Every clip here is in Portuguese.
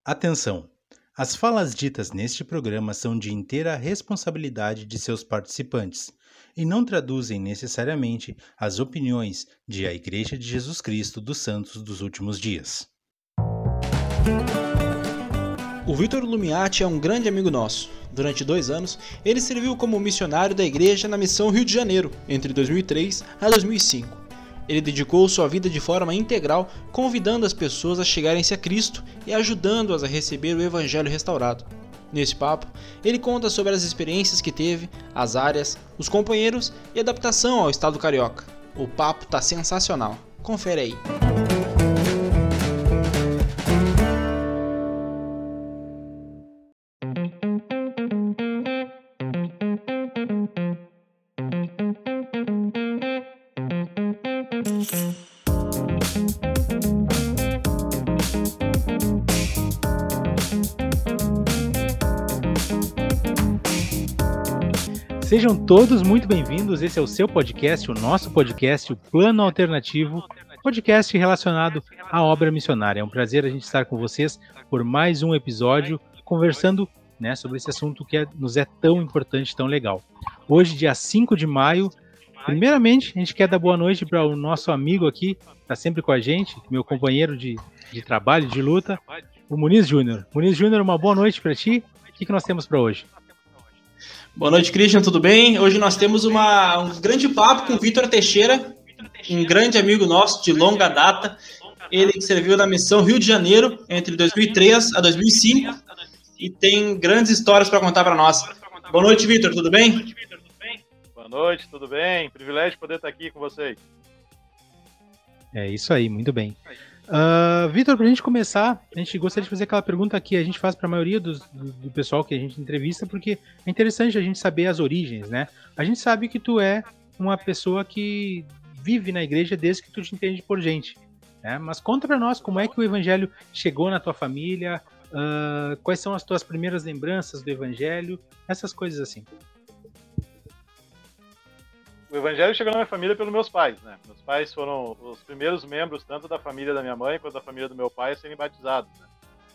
Atenção! As falas ditas neste programa são de inteira responsabilidade de seus participantes e não traduzem necessariamente as opiniões de A Igreja de Jesus Cristo dos Santos dos Últimos Dias. O Vitor Lumiati é um grande amigo nosso. Durante 2 anos, ele serviu como missionário da igreja na Missão Rio de Janeiro, entre 2003 a 2005. Ele dedicou sua vida de forma integral, convidando as pessoas a chegarem-se a Cristo e ajudando-as a receber o Evangelho restaurado. Nesse papo, ele conta sobre as experiências que teve, as áreas, os companheiros e a adaptação ao estado carioca. O papo tá sensacional. Confere aí. Sejam todos muito bem-vindos, esse é o seu podcast, o nosso podcast, o Plano Alternativo, podcast relacionado à obra missionária. É um prazer a gente estar com vocês por mais um episódio, conversando sobre esse assunto que nos é tão importante, tão legal. Hoje, dia 5 de maio, primeiramente, a gente quer dar boa noite para o nosso amigo aqui, que está sempre com a gente, meu companheiro de trabalho, de luta, o Muniz Júnior. Muniz Júnior, uma boa noite para ti. O que nós temos para hoje? Boa noite, Christian, tudo bem? Hoje nós temos um grande papo com o Vitor Teixeira, um grande amigo nosso de longa data. Ele que serviu na Missão Rio de Janeiro entre 2003 a 2005 e tem grandes histórias para contar para nós. Boa noite, Vitor, tudo bem? Boa noite, tudo bem? Privilégio poder estar aqui com vocês. É isso aí, muito bem. Vitor, para a gente começar, a gente gostaria de fazer aquela pergunta que a gente faz para a maioria do pessoal que a gente entrevista, porque é interessante a gente saber as origens, né? A gente sabe que tu é uma pessoa que vive na igreja desde que tu te entende por gente, né? Mas conta para nós como é que o evangelho chegou na tua família, quais são as tuas primeiras lembranças do evangelho, essas coisas assim. O evangelho chegou na minha família pelos meus pais, né? Meus pais foram os primeiros membros, tanto da família da minha mãe quanto da família do meu pai, a serem batizados, né?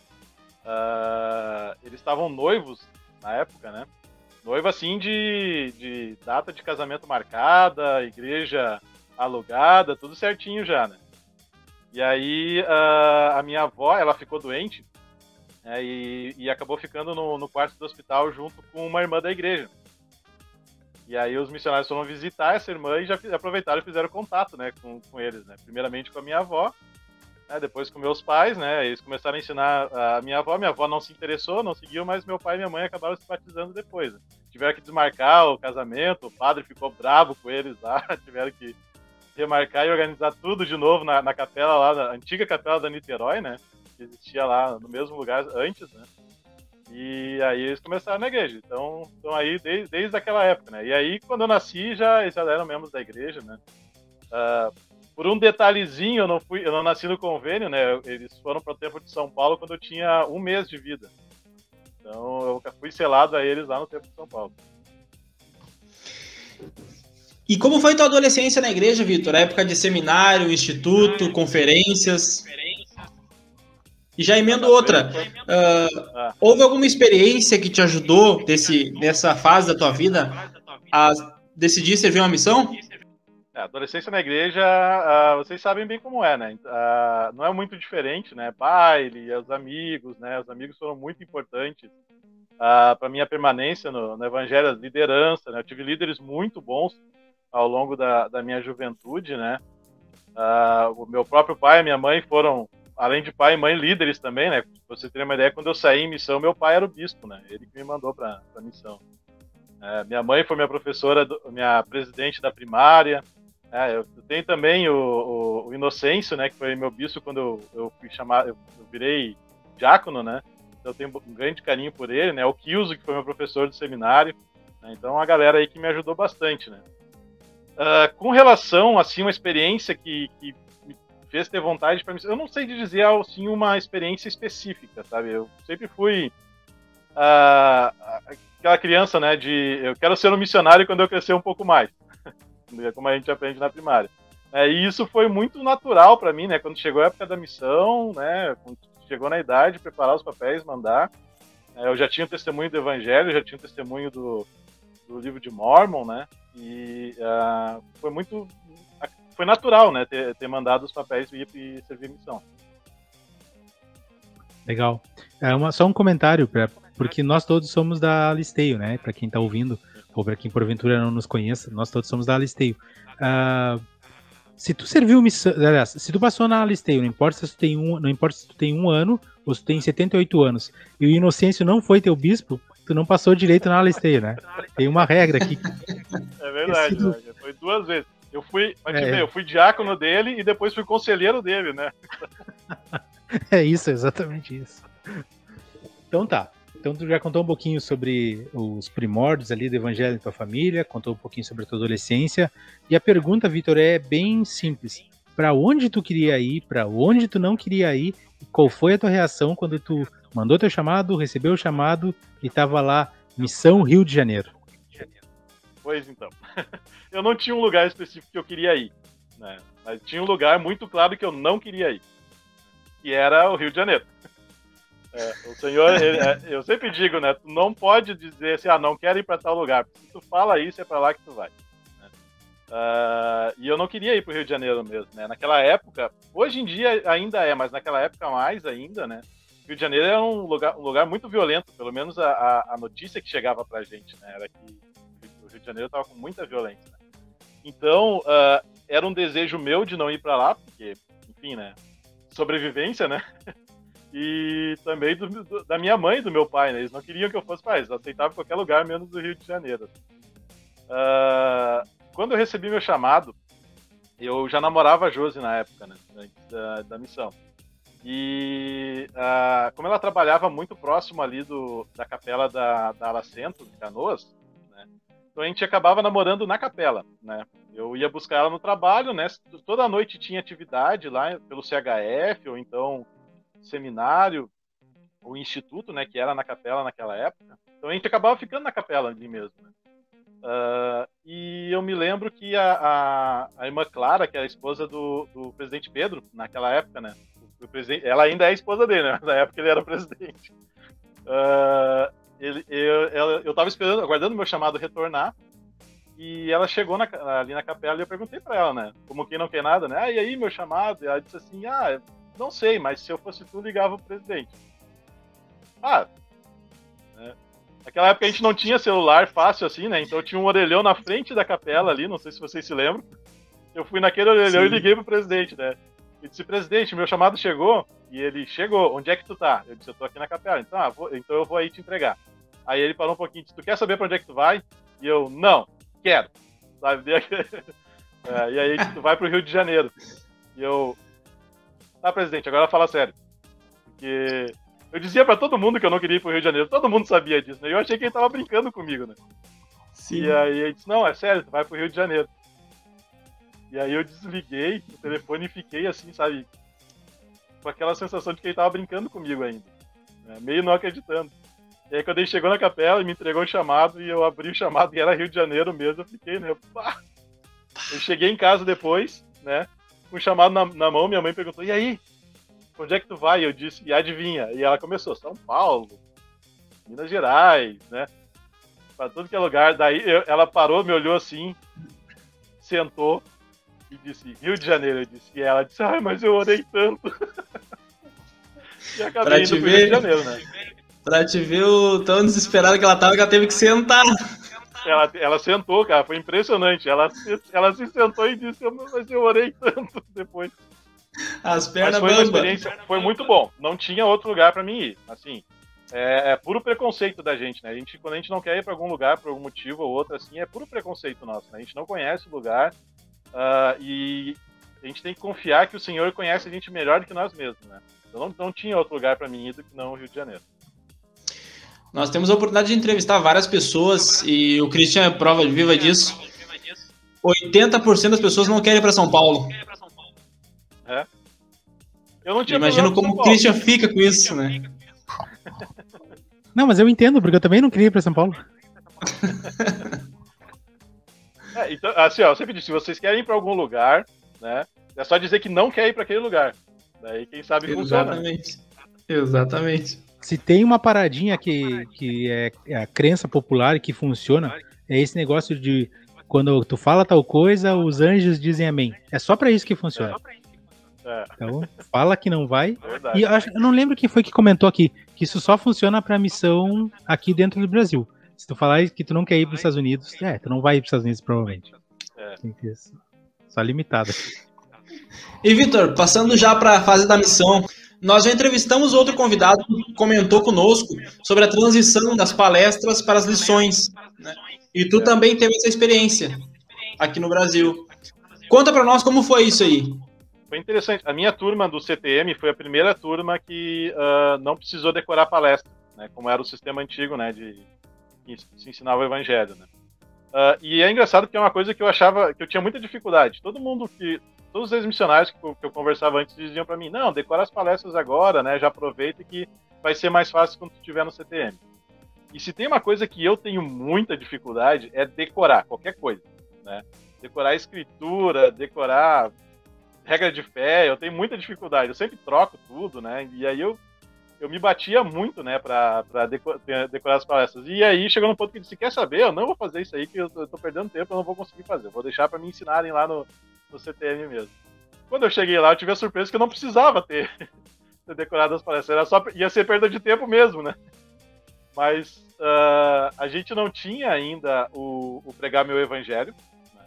Eles estavam noivos na época, né? Noivo assim de data de casamento marcada, igreja alugada, tudo certinho já, né? E aí a minha avó, ela ficou doente, né? E acabou ficando no quarto do hospital junto com uma irmã da igreja. E aí os missionários foram visitar essa irmã e já aproveitaram e fizeram contato, né, com eles, né? Primeiramente com a minha avó, né, depois com meus pais, né? Eles começaram a ensinar a minha avó não se interessou, não seguiu, mas meu pai e minha mãe acabaram se batizando depois, né? Tiveram que desmarcar o casamento, o padre ficou bravo com eles lá, tiveram que remarcar e organizar tudo de novo na capela lá, na antiga capela da Niterói, né? Que existia lá no mesmo lugar antes, né? E aí eles começaram na igreja, então aí desde aquela época, né? E aí quando eu nasci já eram membros da igreja, né? Por um detalhezinho, eu não nasci no convênio, né? Eles foram para o Templo de São Paulo quando eu tinha 1 mês de vida. Então eu fui selado a eles lá no Templo de São Paulo. E como foi tua adolescência na igreja, Vitor? Época de seminário, instituto, conferências? E já emendo outra. Houve alguma experiência que te ajudou nessa fase da tua vida a decidir servir uma missão? A adolescência na igreja, vocês sabem bem como é, né? Não é muito diferente, né? Baile, os amigos, né? Os amigos foram muito importantes para minha permanência no evangelho, a liderança, né? Eu tive líderes muito bons ao longo da minha juventude, né? O meu próprio pai e minha mãe foram, além de pai e mãe, líderes também, né? Pra você ter uma ideia, quando eu saí em missão, meu pai era o bispo, né? Ele que me mandou pra missão. Minha mãe foi minha professora, minha presidente da primária. Eu tenho também o Inocêncio, né? Que foi meu bispo quando eu fui chamado, eu virei diácono, né? Então eu tenho um grande carinho por ele, né? O Kilso, que foi meu professor do seminário. Né? Então a galera aí que me ajudou bastante, né? Com relação, assim, uma experiência que me fez ter vontade para mim, eu não sei de dizer, assim, uma experiência específica, sabe? Eu sempre fui aquela criança, né, eu quero ser um missionário quando eu crescer um pouco mais, como a gente aprende na primária. E isso foi muito natural para mim, né, quando chegou a época da missão, né, quando chegou na idade, preparar os papéis, mandar. Eu já tinha o testemunho do Evangelho, já tinha o testemunho do livro de Mormon, né? E foi natural, né? Ter mandado os papéis e servir missão. Legal. Só um comentário, porque nós todos somos da Alisteio, né? Para quem está ouvindo, ou para quem porventura não nos conheça, nós todos somos da Alisteio. Se tu serviu missão, aliás, se tu passou na Alisteio, não importa se tu tem 1 ano ou se tu tem 78 anos, e o Inocêncio não foi teu bispo, tu não passou direito na Alisteio, né? Tem uma regra aqui. É verdade, né? Foi 2 vezes. Eu fui diácono dele e depois fui conselheiro dele, né? É isso, exatamente isso. Então tá. Então tu já contou um pouquinho sobre os primórdios ali do Evangelho em tua família, contou um pouquinho sobre a tua adolescência. E a pergunta, Vitor, é bem simples. Para onde tu queria ir, para onde tu não queria ir, e qual foi a tua reação quando tu mandou teu chamado, recebeu o chamado e tava lá, Missão Rio de Janeiro? Pois então. Eu não tinha um lugar específico que eu queria ir, né? Mas tinha um lugar muito claro que eu não queria ir, que era o Rio de Janeiro. O Senhor, eu sempre digo, né? Tu não pode dizer assim, não quero ir para tal lugar. Se tu fala isso, é para lá que tu vai. Né? E eu não queria ir para o Rio de Janeiro mesmo, né? Naquela época, hoje em dia ainda é, mas naquela época mais ainda, né? Rio de Janeiro era um lugar muito violento, pelo menos a notícia que chegava pra gente, né? Era que o Rio de Janeiro estava com muita violência. Né? Então, era um desejo meu de não ir para lá, porque, enfim, né? Sobrevivência, né? E também da minha mãe e do meu pai, né? Eles não queriam que eu fosse para eles, aceitavam qualquer lugar, menos do Rio de Janeiro. Quando eu recebi meu chamado, eu já namorava a Josi na época, né? Da missão. E como ela trabalhava muito próximo ali da capela da Alacento, de Canoas, né? Então a gente acabava namorando na capela, né? Eu ia buscar ela no trabalho, né? Toda noite tinha atividade lá pelo CHF, ou então seminário, ou instituto, né? Que era na capela naquela época. Então a gente acabava ficando na capela ali mesmo, né? E eu me lembro que a irmã Clara, que era a esposa do presidente Pedro, naquela época, né? Ela ainda é a esposa dele, né? Na época ele era presidente. Eu tava esperando, aguardando meu chamado retornar, e ela chegou ali na capela e eu perguntei pra ela, né? Como quem não quer nada, né? E aí, meu chamado? E ela disse assim, não sei, mas se eu fosse tu, ligava pro presidente. Né? Naquela época a gente não tinha celular fácil assim, né? Então tinha um orelhão na frente da capela ali, não sei se vocês se lembram. Eu fui naquele orelhão. Sim. E liguei pro presidente, né? E disse, presidente, meu chamado chegou. E ele, chegou, onde é que tu tá? Eu disse, eu tô aqui na capela. Então, então eu vou aí te entregar. Aí ele parou um pouquinho e disse, tu quer saber pra onde é que tu vai? E eu, não, quero. Sabe? E aí tu vai pro Rio de Janeiro. E eu, tá, presidente, agora fala sério. Porque eu dizia pra todo mundo que eu não queria ir pro Rio de Janeiro. Todo mundo sabia disso, né? E eu achei que ele tava brincando comigo, né? Sim. E aí ele disse, não, é sério, tu vai pro Rio de Janeiro. E aí eu desliguei o telefone e fiquei assim, sabe? Com aquela sensação de que ele tava brincando comigo ainda. Né? Meio não acreditando. E aí quando ele chegou na capela e me entregou o chamado, e eu abri o chamado e era Rio de Janeiro mesmo, eu fiquei, né? Eu cheguei em casa depois, né? Com o chamado na mão, minha mãe perguntou, e aí? Onde é que tu vai? Eu disse, e adivinha? E ela começou, São Paulo, Minas Gerais, né? Pra tudo que é lugar. Daí ela parou, me olhou assim, sentou e disse, Rio de Janeiro, eu disse. E ela disse, mas eu orei tanto. E acabei indo pro Rio de Janeiro, né? Pra te ver o tão desesperado que ela tava, que ela teve que sentar. Ela sentou, cara, foi impressionante. Ela se sentou e disse, mas eu orei tanto depois. As pernas foi uma experiência, foi muito bom. Não tinha outro lugar pra mim ir. Assim, é puro preconceito da gente, né? Quando a gente não quer ir pra algum lugar por algum motivo ou outro, assim, é puro preconceito nosso, né? A gente não conhece o lugar e a gente tem que confiar que o Senhor conhece a gente melhor do que nós mesmos, né? Então não tinha outro lugar pra mim ir do que não o Rio de Janeiro. Nós temos a oportunidade de entrevistar várias pessoas e o Christian é prova viva disso. 80% das pessoas não querem ir para São Paulo. Eu não tinha Imagino como o Christian fica com isso, né? Não, mas eu entendo, porque eu também não queria ir para São Paulo. Então, assim, eu sempre disse, se vocês querem ir para algum lugar, né? É só dizer que não quer ir para aquele lugar. Daí, quem sabe funciona. Exatamente. Se tem uma paradinha que é a crença popular e que funciona, é esse negócio de quando tu fala tal coisa, os anjos dizem amém. É só pra isso que funciona. Então, fala que não vai. Verdade. E eu não lembro quem foi que comentou aqui que isso só funciona pra missão aqui dentro do Brasil. Se tu falar que tu não quer ir pros Estados Unidos, tu não vai ir pros Estados Unidos, provavelmente. Tem que ser só limitado. E, Vitor, passando já para a fase da missão, nós já entrevistamos outro convidado que comentou conosco sobre a transição das palestras para as lições, né? E tu também teve essa experiência aqui no Brasil. Conta para nós como foi isso aí. Foi interessante. A minha turma do CTM foi a primeira turma que não precisou decorar palestra, né? Como era o sistema antigo, né? De que se ensinava o evangelho, né? E é engraçado porque é uma coisa que eu achava que eu tinha muita dificuldade. Todos os ex-missionários que eu conversava antes diziam para mim, não, decora as palestras agora, né? Já aproveita que vai ser mais fácil quando tu estiver no CTM. E se tem uma coisa que eu tenho muita dificuldade é decorar qualquer coisa, né? Decorar a escritura, decorar regra de fé, eu tenho muita dificuldade. Eu sempre troco tudo, né? E aí eu me batia muito, né, pra decorar as palestras. E aí chegou num ponto que eu disse, quer saber? Eu não vou fazer isso aí, que eu tô perdendo tempo, eu não vou conseguir fazer. Eu vou deixar pra me ensinarem lá no CTM mesmo. Quando eu cheguei lá, eu tive a surpresa que eu não precisava ter decorado as palestras. Ia ser perda de tempo mesmo, né? Mas a gente não tinha ainda o Pregar Meu Evangelho. Né?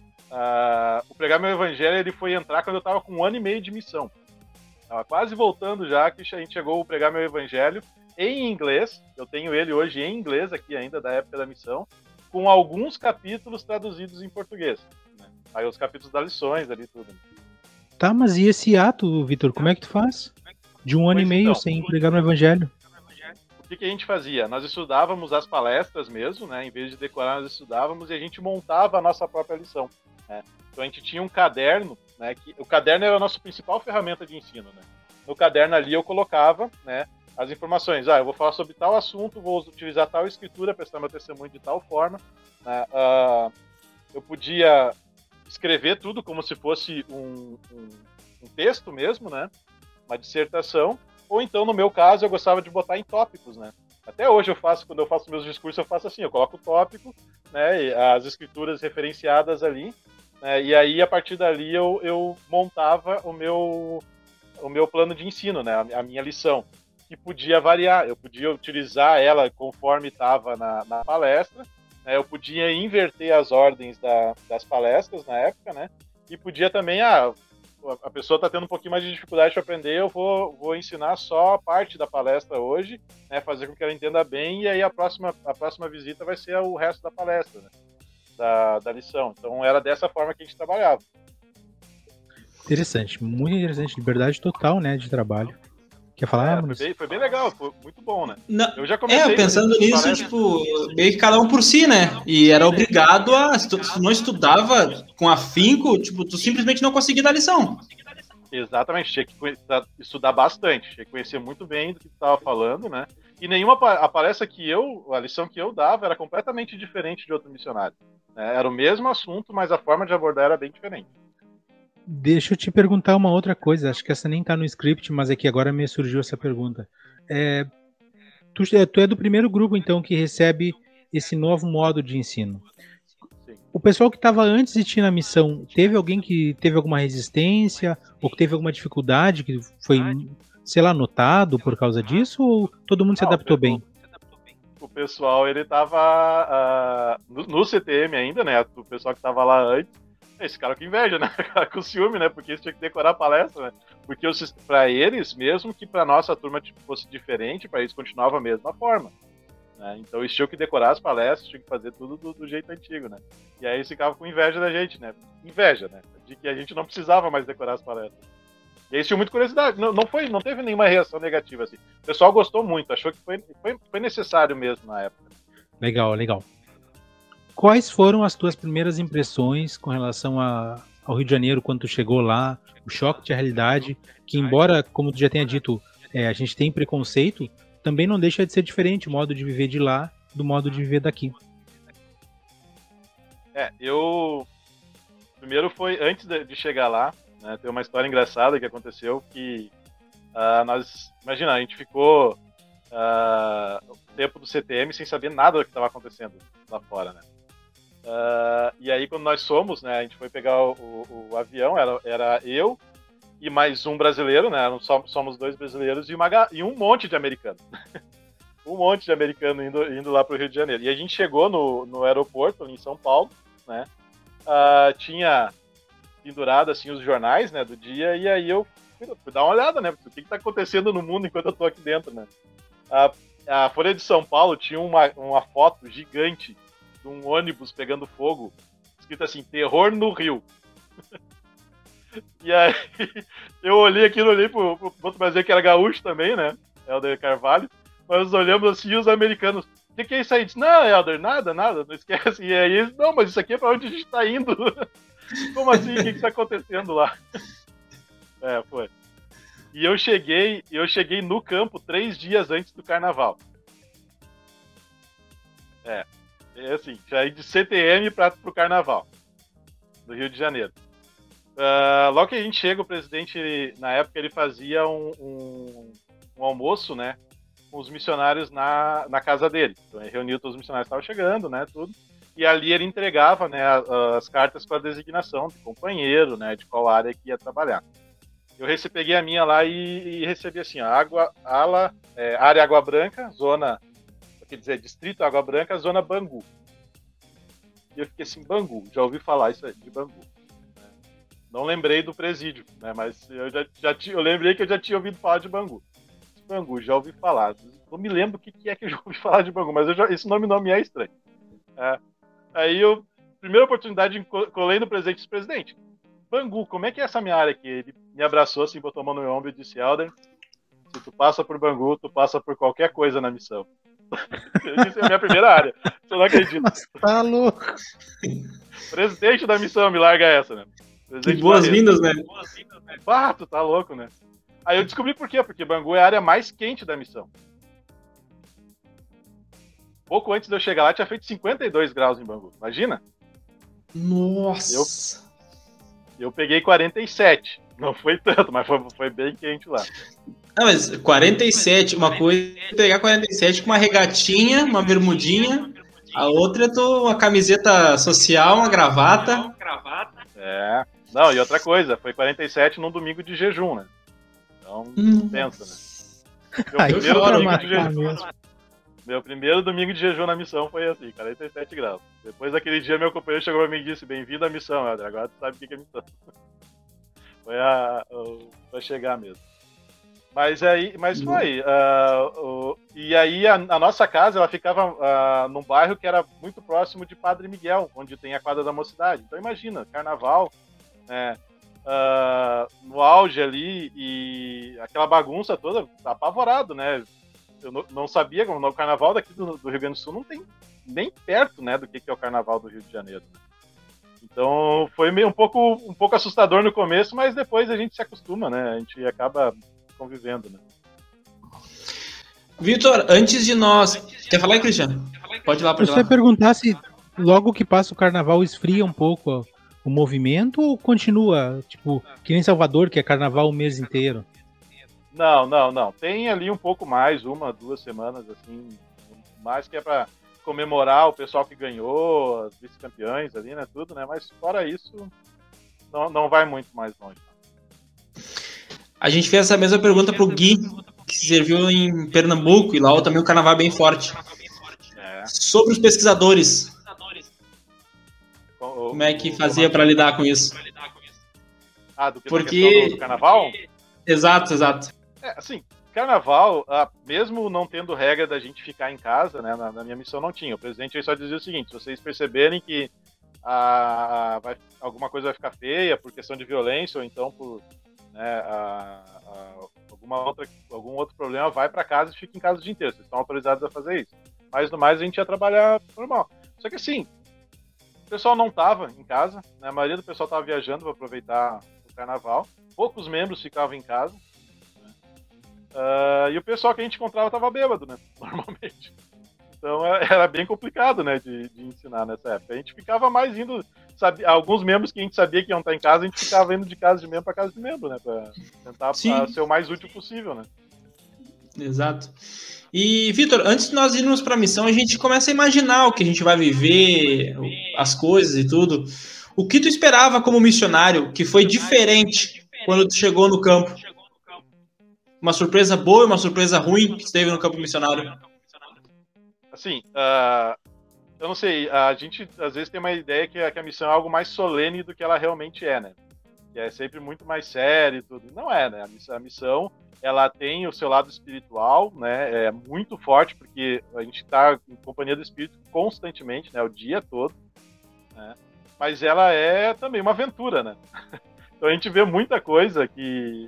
O Pregar Meu Evangelho ele foi entrar quando eu estava com 1 ano e meio de missão. Estava quase voltando já, que a gente chegou a Pregar Meu Evangelho em inglês. Eu tenho ele hoje em inglês aqui ainda, da época da missão, com alguns capítulos traduzidos em português. Né? Aí os capítulos das lições ali, tudo. Tá, mas e esse ato, Vitor, como é que tu faz? De 1 ano e meio sem pregar no Evangelho? O que a gente fazia? Nós estudávamos as palestras mesmo, né? Em vez de decorar, nós estudávamos e a gente montava a nossa própria lição. Né? Então a gente tinha um caderno, né? O caderno era a nossa principal ferramenta de ensino, né? No caderno ali eu colocava, né, as informações. Eu vou falar sobre tal assunto, vou utilizar tal escritura, prestar meu testemunho de tal forma. Né? Eu podia escrever tudo como se fosse um texto mesmo, né? Uma dissertação. Ou então, no meu caso, eu gostava de botar em tópicos, né? Até hoje eu faço, quando eu faço meus discursos, eu faço assim, eu coloco o tópico, né, as escrituras referenciadas ali, né, e aí, a partir dali, eu montava o meu plano de ensino, né, a minha lição, que podia variar, eu podia utilizar ela conforme estava na palestra, né, eu podia inverter as ordens das palestras na época, né, e podia também, a pessoa está tendo um pouquinho mais de dificuldade para aprender, eu vou ensinar só a parte da palestra hoje, né, fazer com que ela entenda bem, e aí a próxima visita vai ser o resto da palestra, né, da lição. Então era dessa forma que a gente trabalhava. Interessante, muito interessante, liberdade total, né, de trabalho. Quer falar? Foi bem legal, foi muito bom, né? Não, eu já comecei pensando nisso, palestra. Tipo, meio que cada um por si, né? E era obrigado se tu não estudava com afinco, tipo, tu simplesmente não conseguia dar lição. Exatamente, tinha que estudar bastante, tinha que conhecer muito bem do que tu estava falando, né? E a lição que eu dava era completamente diferente de outro missionário. Né? Era o mesmo assunto, mas a forma de abordar era bem diferente. Deixa eu te perguntar uma outra coisa, acho que essa nem tá no script, mas é que agora me surgiu essa pergunta. Tu é do primeiro grupo, então, que recebe esse novo modo de ensino. Sim. O pessoal que estava antes de ti na missão, teve alguém que teve alguma resistência, ou que teve alguma dificuldade, que foi, sei lá, notado por causa disso, ou todo mundo se adaptou bem? O pessoal, ele tava no CTM ainda, né, o pessoal que estava lá antes, esse cara com inveja, né? Com ciúme, né? Porque eles tinham que decorar a palestra, né? Porque para eles, mesmo que para nossa turma fosse diferente, para eles continuava a mesma forma. Né? Então eles tinham que decorar as palestras, tinham que fazer tudo do jeito antigo, né? E aí eles ficavam com inveja da gente, né? Inveja, né? De que a gente não precisava mais decorar as palestras. E eles tinham muita curiosidade. Não teve nenhuma reação negativa, assim. O pessoal gostou muito, achou que foi necessário mesmo na época. Legal, legal. Quais foram as tuas primeiras impressões com relação ao Rio de Janeiro quando tu chegou lá, o choque de realidade, que embora, como tu já tenha dito, a gente tem preconceito, também não deixa de ser diferente o modo de viver de lá do modo de viver daqui. Primeiro foi, antes de chegar lá, né, tem uma história engraçada que aconteceu, que Imagina, a gente ficou o tempo do CTM sem saber nada do que estava acontecendo lá fora, né? E aí, quando nós fomos, né, a gente foi pegar o avião, era eu e mais um brasileiro, né? Somos 2 brasileiros e um monte de americano. Um monte de americano indo lá para o Rio de Janeiro. E a gente chegou no aeroporto, ali em São Paulo, né? Tinha pendurado assim, os jornais, né, do dia, e aí eu fui dar uma olhada, né? O que está acontecendo no mundo enquanto eu estou aqui dentro, né? A Folha de São Paulo tinha uma foto gigante de um ônibus pegando fogo, escrito assim, terror no Rio. E aí, eu olhei pro outro brasileiro que era gaúcho também, né? Helder Carvalho. Nós olhamos assim e os americanos, o que é isso aí? Disse, não, Helder, nada, não esquece. E aí, não, mas isso aqui é pra onde a gente tá indo. Como assim? O que tá acontecendo lá? Foi. E eu cheguei no campo 3 dias antes do carnaval. Assim, já de CTM pro carnaval do Rio de Janeiro. Logo que a gente chega, o presidente, na época, ele fazia um almoço, né, com os missionários na casa dele. Então ele reuniu todos os missionários que estavam chegando, né, tudo. E ali ele entregava, né, as cartas com a designação de companheiro, né, de qual área que ia trabalhar. Eu peguei a minha lá e recebi assim, área Água Branca, zona, quer dizer, distrito Água Branca, zona Bangu. E eu fiquei assim, Bangu, já ouvi falar isso aí, de Bangu. Não lembrei do presídio, né, mas eu lembrei que eu já tinha ouvido falar de Bangu. Bangu, já ouvi falar. Não me lembro o que é que eu já ouvi falar de Bangu, mas esse nome não me é estranho. Aí primeira oportunidade, colei no presidente e disse, presidente, Bangu, como é que é essa minha área aqui? Ele me abraçou, assim, botou a mão no meu ombro e disse, Helder, se tu passa por Bangu, tu passa por qualquer coisa na missão. Essa é a minha primeira área. Você não acredita. Nossa, tá louco. Presidente da missão, me larga essa, né? Que boas-vindas, né? Tu tá louco, né? Aí eu descobri por quê, porque Bangu é a área mais quente da missão. Pouco antes de eu chegar lá, tinha feito 52 graus em Bangu. Imagina? Nossa! Eu peguei 47. Não foi tanto, mas foi bem quente lá. Não, mas 47, uma coisa é pegar 47 com uma regatinha, uma bermudinha, a outra é uma camiseta social, uma gravata. Não, e outra coisa, foi 47 num domingo de jejum, né? Então, pensa, né? Meu primeiro domingo de jejum na missão foi assim, 47 graus. Depois daquele dia, meu companheiro chegou pra mim e disse, bem-vindo à missão, Helder, agora tu sabe o que é missão. Foi pra chegar mesmo. Mas foi. E aí a nossa casa, ela ficava num bairro que era muito próximo de Padre Miguel, onde tem a quadra da mocidade. Então imagina, carnaval, né, no auge ali, e aquela bagunça toda, tá apavorado, né? Eu não sabia, como no carnaval daqui do Rio Grande do Sul não tem nem perto, né, do que é o carnaval do Rio de Janeiro. Então foi meio um pouco assustador no começo, mas depois a gente se acostuma, né? A gente acaba convivendo, né? Vitor, antes de nós... Quer falar aí, Cristiano? Pode ir lá, Você perguntar se logo que passa o carnaval esfria um pouco o movimento ou continua, tipo, que nem Salvador, que é carnaval o mês inteiro? Não. Tem ali um pouco mais, 1, 2 semanas, assim, mais que é pra comemorar o pessoal que ganhou, os vice-campeões ali, né, tudo, né, mas fora isso, não vai muito mais longe. A gente fez essa mesma pergunta pro Gui, que serviu em Pernambuco, e lá também o carnaval é bem forte. Sobre os pesquisadores. Como é que fazia para lidar com isso? Porque do carnaval? Exato. Assim, carnaval, mesmo não tendo regra da gente ficar em casa, né, na minha missão não tinha. O presidente só dizia o seguinte, se vocês perceberem que alguma coisa vai ficar feia por questão de violência ou então por, né, algum outro problema, vai para casa e fica em casa o dia inteiro. Vocês estão autorizados a fazer isso. Mas no mais a gente ia trabalhar normal. Só que assim, o pessoal não estava em casa, né, a maioria do pessoal estava viajando para aproveitar o carnaval. Poucos membros ficavam em casa. E o pessoal que a gente encontrava estava bêbado, né? Normalmente. Então era bem complicado, né? De ensinar nessa época. A gente ficava mais indo sabia, alguns membros que a gente sabia que iam estar em casa, a gente ficava indo de casa de membro para casa de membro, né? Para tentar ser o mais útil possível, né? Exato. E, Vitor, antes de nós irmos para a missão, a gente começa a imaginar o que a gente vai viver, as coisas e tudo. O que tu esperava como missionário que foi diferente quando tu chegou no campo? Uma surpresa boa e uma surpresa ruim que esteve no campo missionário? Assim, eu não sei, a gente às vezes tem uma ideia que a missão é algo mais solene do que ela realmente é, né? Que é sempre muito mais sério e tudo. Não é, né? A missão, ela tem o seu lado espiritual, né? É muito forte, porque a gente está em companhia do Espírito constantemente, né? O dia todo, né? Mas ela é também uma aventura, né? Então a gente vê muita coisa que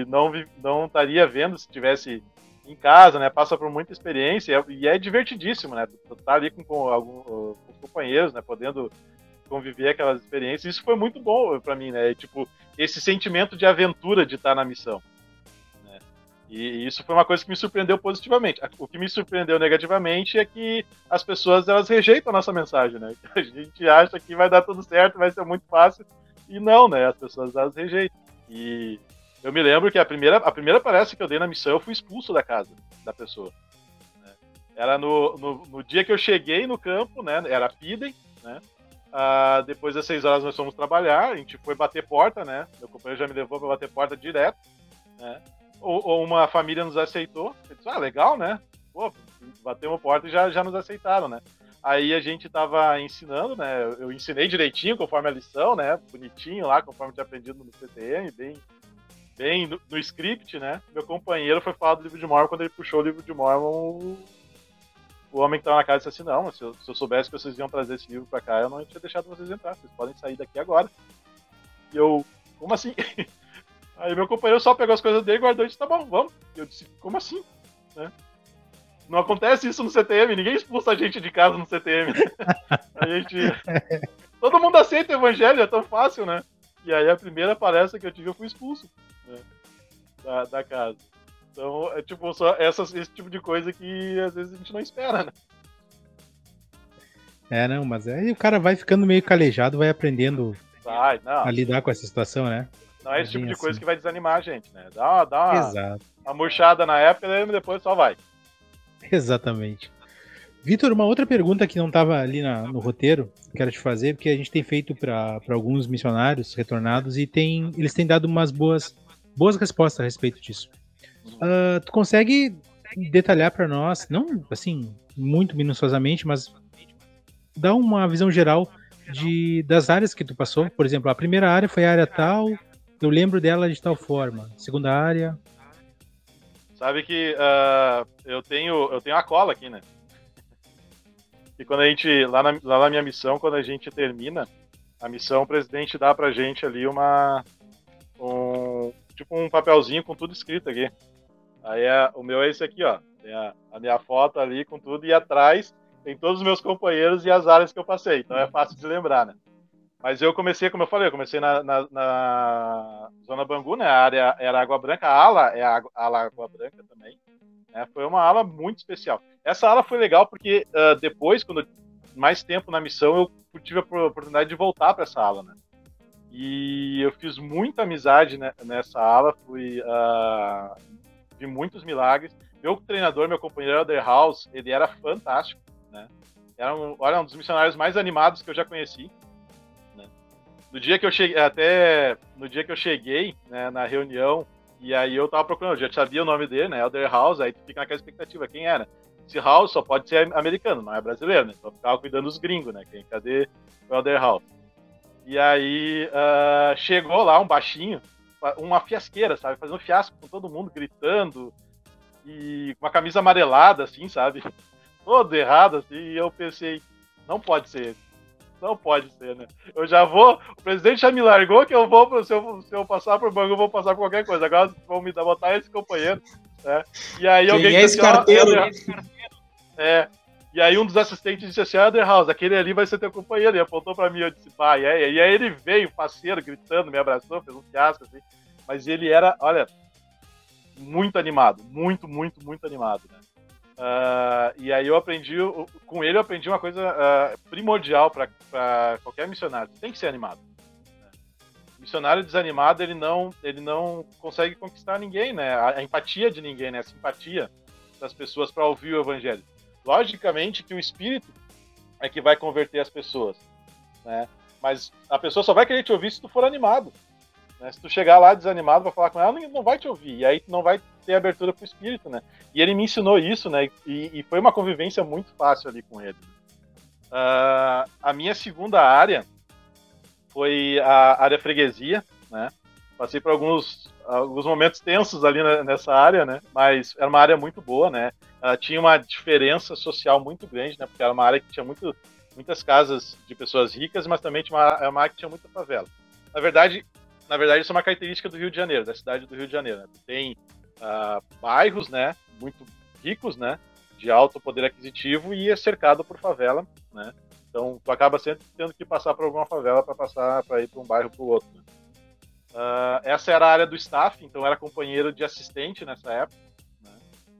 não estaria vendo se estivesse em casa, né? Passa por muita experiência e é divertidíssimo, né? Tu tá ali com os companheiros, né? Podendo conviver aquelas experiências. Isso foi muito bom para mim, né? Tipo, esse sentimento de aventura de estar na missão, né? E isso foi uma coisa que me surpreendeu positivamente. O que me surpreendeu negativamente é que as pessoas, elas rejeitam a nossa mensagem, né? A gente acha que vai dar tudo certo, vai ser muito fácil, e não, né? As pessoas, elas rejeitam. E eu me lembro que a primeira palestra que eu dei na missão, eu fui expulso da casa da pessoa, né? Era no dia que eu cheguei no campo, né? Era Pidem, né? Depois das 6 horas nós fomos trabalhar, a gente foi bater porta, né? Meu companheiro já me levou para bater porta direto, né? Ou uma família nos aceitou. Eu disse, legal, né? Pô, batemos porta e já nos aceitaram, né? Aí a gente tava ensinando, né? Eu ensinei direitinho, conforme a lição, né? Bonitinho lá, conforme tinha aprendido no CTM, bem no script, né? Meu companheiro foi falar do livro de Mormon. Quando ele puxou o livro de Mormon, o homem que tava na casa disse assim, não, se eu soubesse que vocês iam trazer esse livro pra cá, eu não tinha deixado vocês entrar, vocês podem sair daqui agora. E eu, como assim? Aí meu companheiro só pegou as coisas dele, guardou e disse, tá bom, vamos. E eu disse, como assim? Né? Não acontece isso no CTM, ninguém expulsa a gente de casa no CTM. A gente... Todo mundo aceita o evangelho, é tão fácil, né? E aí a primeira palestra que eu tive, eu fui expulso, né? da casa. Então, é tipo, só esse tipo de coisa que às vezes a gente não espera, né? Não, mas aí o cara vai ficando meio calejado, vai aprendendo não. a lidar com essa situação, né? Não é esse tipo de coisa que vai desanimar a gente, né? Dá uma murchada na época e depois só vai. Exatamente. Vitor, uma outra pergunta que não estava ali no roteiro, quero te fazer, porque a gente tem feito para alguns missionários retornados e eles têm dado umas boas respostas a respeito disso. Tu consegue detalhar para nós, não assim muito minuciosamente, mas dar uma visão geral das áreas que tu passou? Por exemplo, a primeira área foi a área tal, eu lembro dela de tal forma. Segunda área... Sabe que eu tenho a cola aqui, né? E quando a gente, lá na minha missão, quando a gente termina a missão, o presidente dá pra gente ali tipo um papelzinho com tudo escrito aqui. Aí o meu é esse aqui, ó. Tem a minha foto ali com tudo, e atrás tem todos os meus companheiros e as áreas que eu passei. Então é fácil de lembrar, né? Mas eu comecei, como eu falei, na Zona Bangu, né? A área era Água Branca, a ala é a ala Água Branca também. Né? Foi uma ala muito especial. Essa ala foi legal porque depois, quando mais tempo na missão, eu tive a oportunidade de voltar para essa ala, né? E eu fiz muita amizade, né, nessa ala, vi muitos milagres. Meu treinador, meu companheiro Elder House, ele era fantástico, né? Era um dos missionários mais animados que eu já conheci. No dia que eu cheguei, né, na reunião, e aí eu tava procurando, eu já sabia o nome dele, né, Elder House, aí tu fica naquela expectativa, quem era? Esse House só pode ser americano, não é brasileiro, né, então eu ficava cuidando dos gringos, né, cadê o Elder House? E aí chegou lá um baixinho, uma fiasqueira, sabe, fazendo fiasco com todo mundo, gritando, e com uma camisa amarelada, assim, sabe, todo errado, assim, e eu pensei, não pode ser esse. Não pode ser, né? Eu já vou... O presidente já me largou que eu vou... Se eu passar por Bangu, eu vou passar por qualquer coisa. Agora vão me botar esse companheiro, né? E aí alguém... Quem é esse carteiro? E aí um dos assistentes disse assim, Elder House, aquele ali vai ser teu companheiro. E apontou pra mim, eu disse, pai, E aí ele veio, parceiro, gritando, me abraçou, fez um fiasco, assim. Mas ele era, olha, muito animado. Muito, muito, muito animado, né? E aí com ele eu aprendi uma coisa primordial para qualquer missionário. Tem que ser animado. O missionário desanimado, ele não consegue conquistar ninguém, né? A empatia de ninguém, né? A simpatia das pessoas para ouvir o evangelho. Logicamente que o Espírito é que vai converter as pessoas, né? Mas a pessoa só vai querer te ouvir se tu for animado. Né? Se tu chegar lá desanimado para falar com ela, não vai te ouvir. E aí tu não vai ter abertura pro Espírito, né? E ele me ensinou isso, né? E foi uma convivência muito fácil ali com ele. A minha segunda área foi a área freguesia, né? Passei por alguns momentos tensos ali nessa área, né? Mas era uma área muito boa, né? Ela tinha uma diferença social muito grande, né? Porque era uma área que tinha muitas casas de pessoas ricas, mas também era uma área que tinha muita favela. Na verdade, isso é uma característica do Rio de Janeiro, da cidade do Rio de Janeiro. Né? Tem bairros, né? Muito ricos, né? De alto poder aquisitivo e é cercado por favela, né? Então, tu acaba sempre tendo que passar por alguma favela para ir para um bairro para o outro. Né? Essa era a área do staff, então eu era companheiro de assistente nessa época. Né?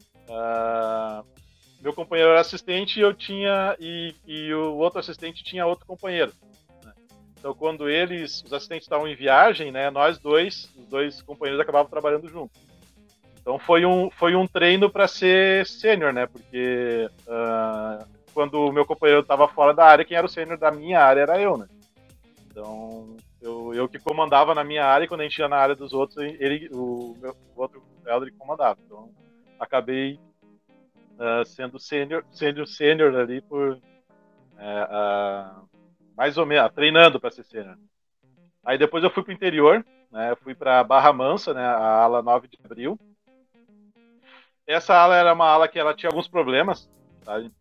Meu companheiro era assistente e eu tinha e o outro assistente tinha outro companheiro. Né? Então, quando os assistentes estavam em viagem, né, os dois companheiros acabavam trabalhando juntos. Então, foi um treino para ser sênior, né? Porque quando o meu companheiro estava fora da área, quem era o sênior da minha área era eu, né? Então, eu que comandava na minha área, e quando a gente ia na área dos outros, o outro elder comandava. Então, acabei sendo sênior ali por mais ou menos, treinando para ser sênior. Aí depois eu fui para o interior, né? Eu fui para Barra Mansa, né? A ala 9 de abril. Essa ala era uma ala que ela tinha alguns problemas, sabe?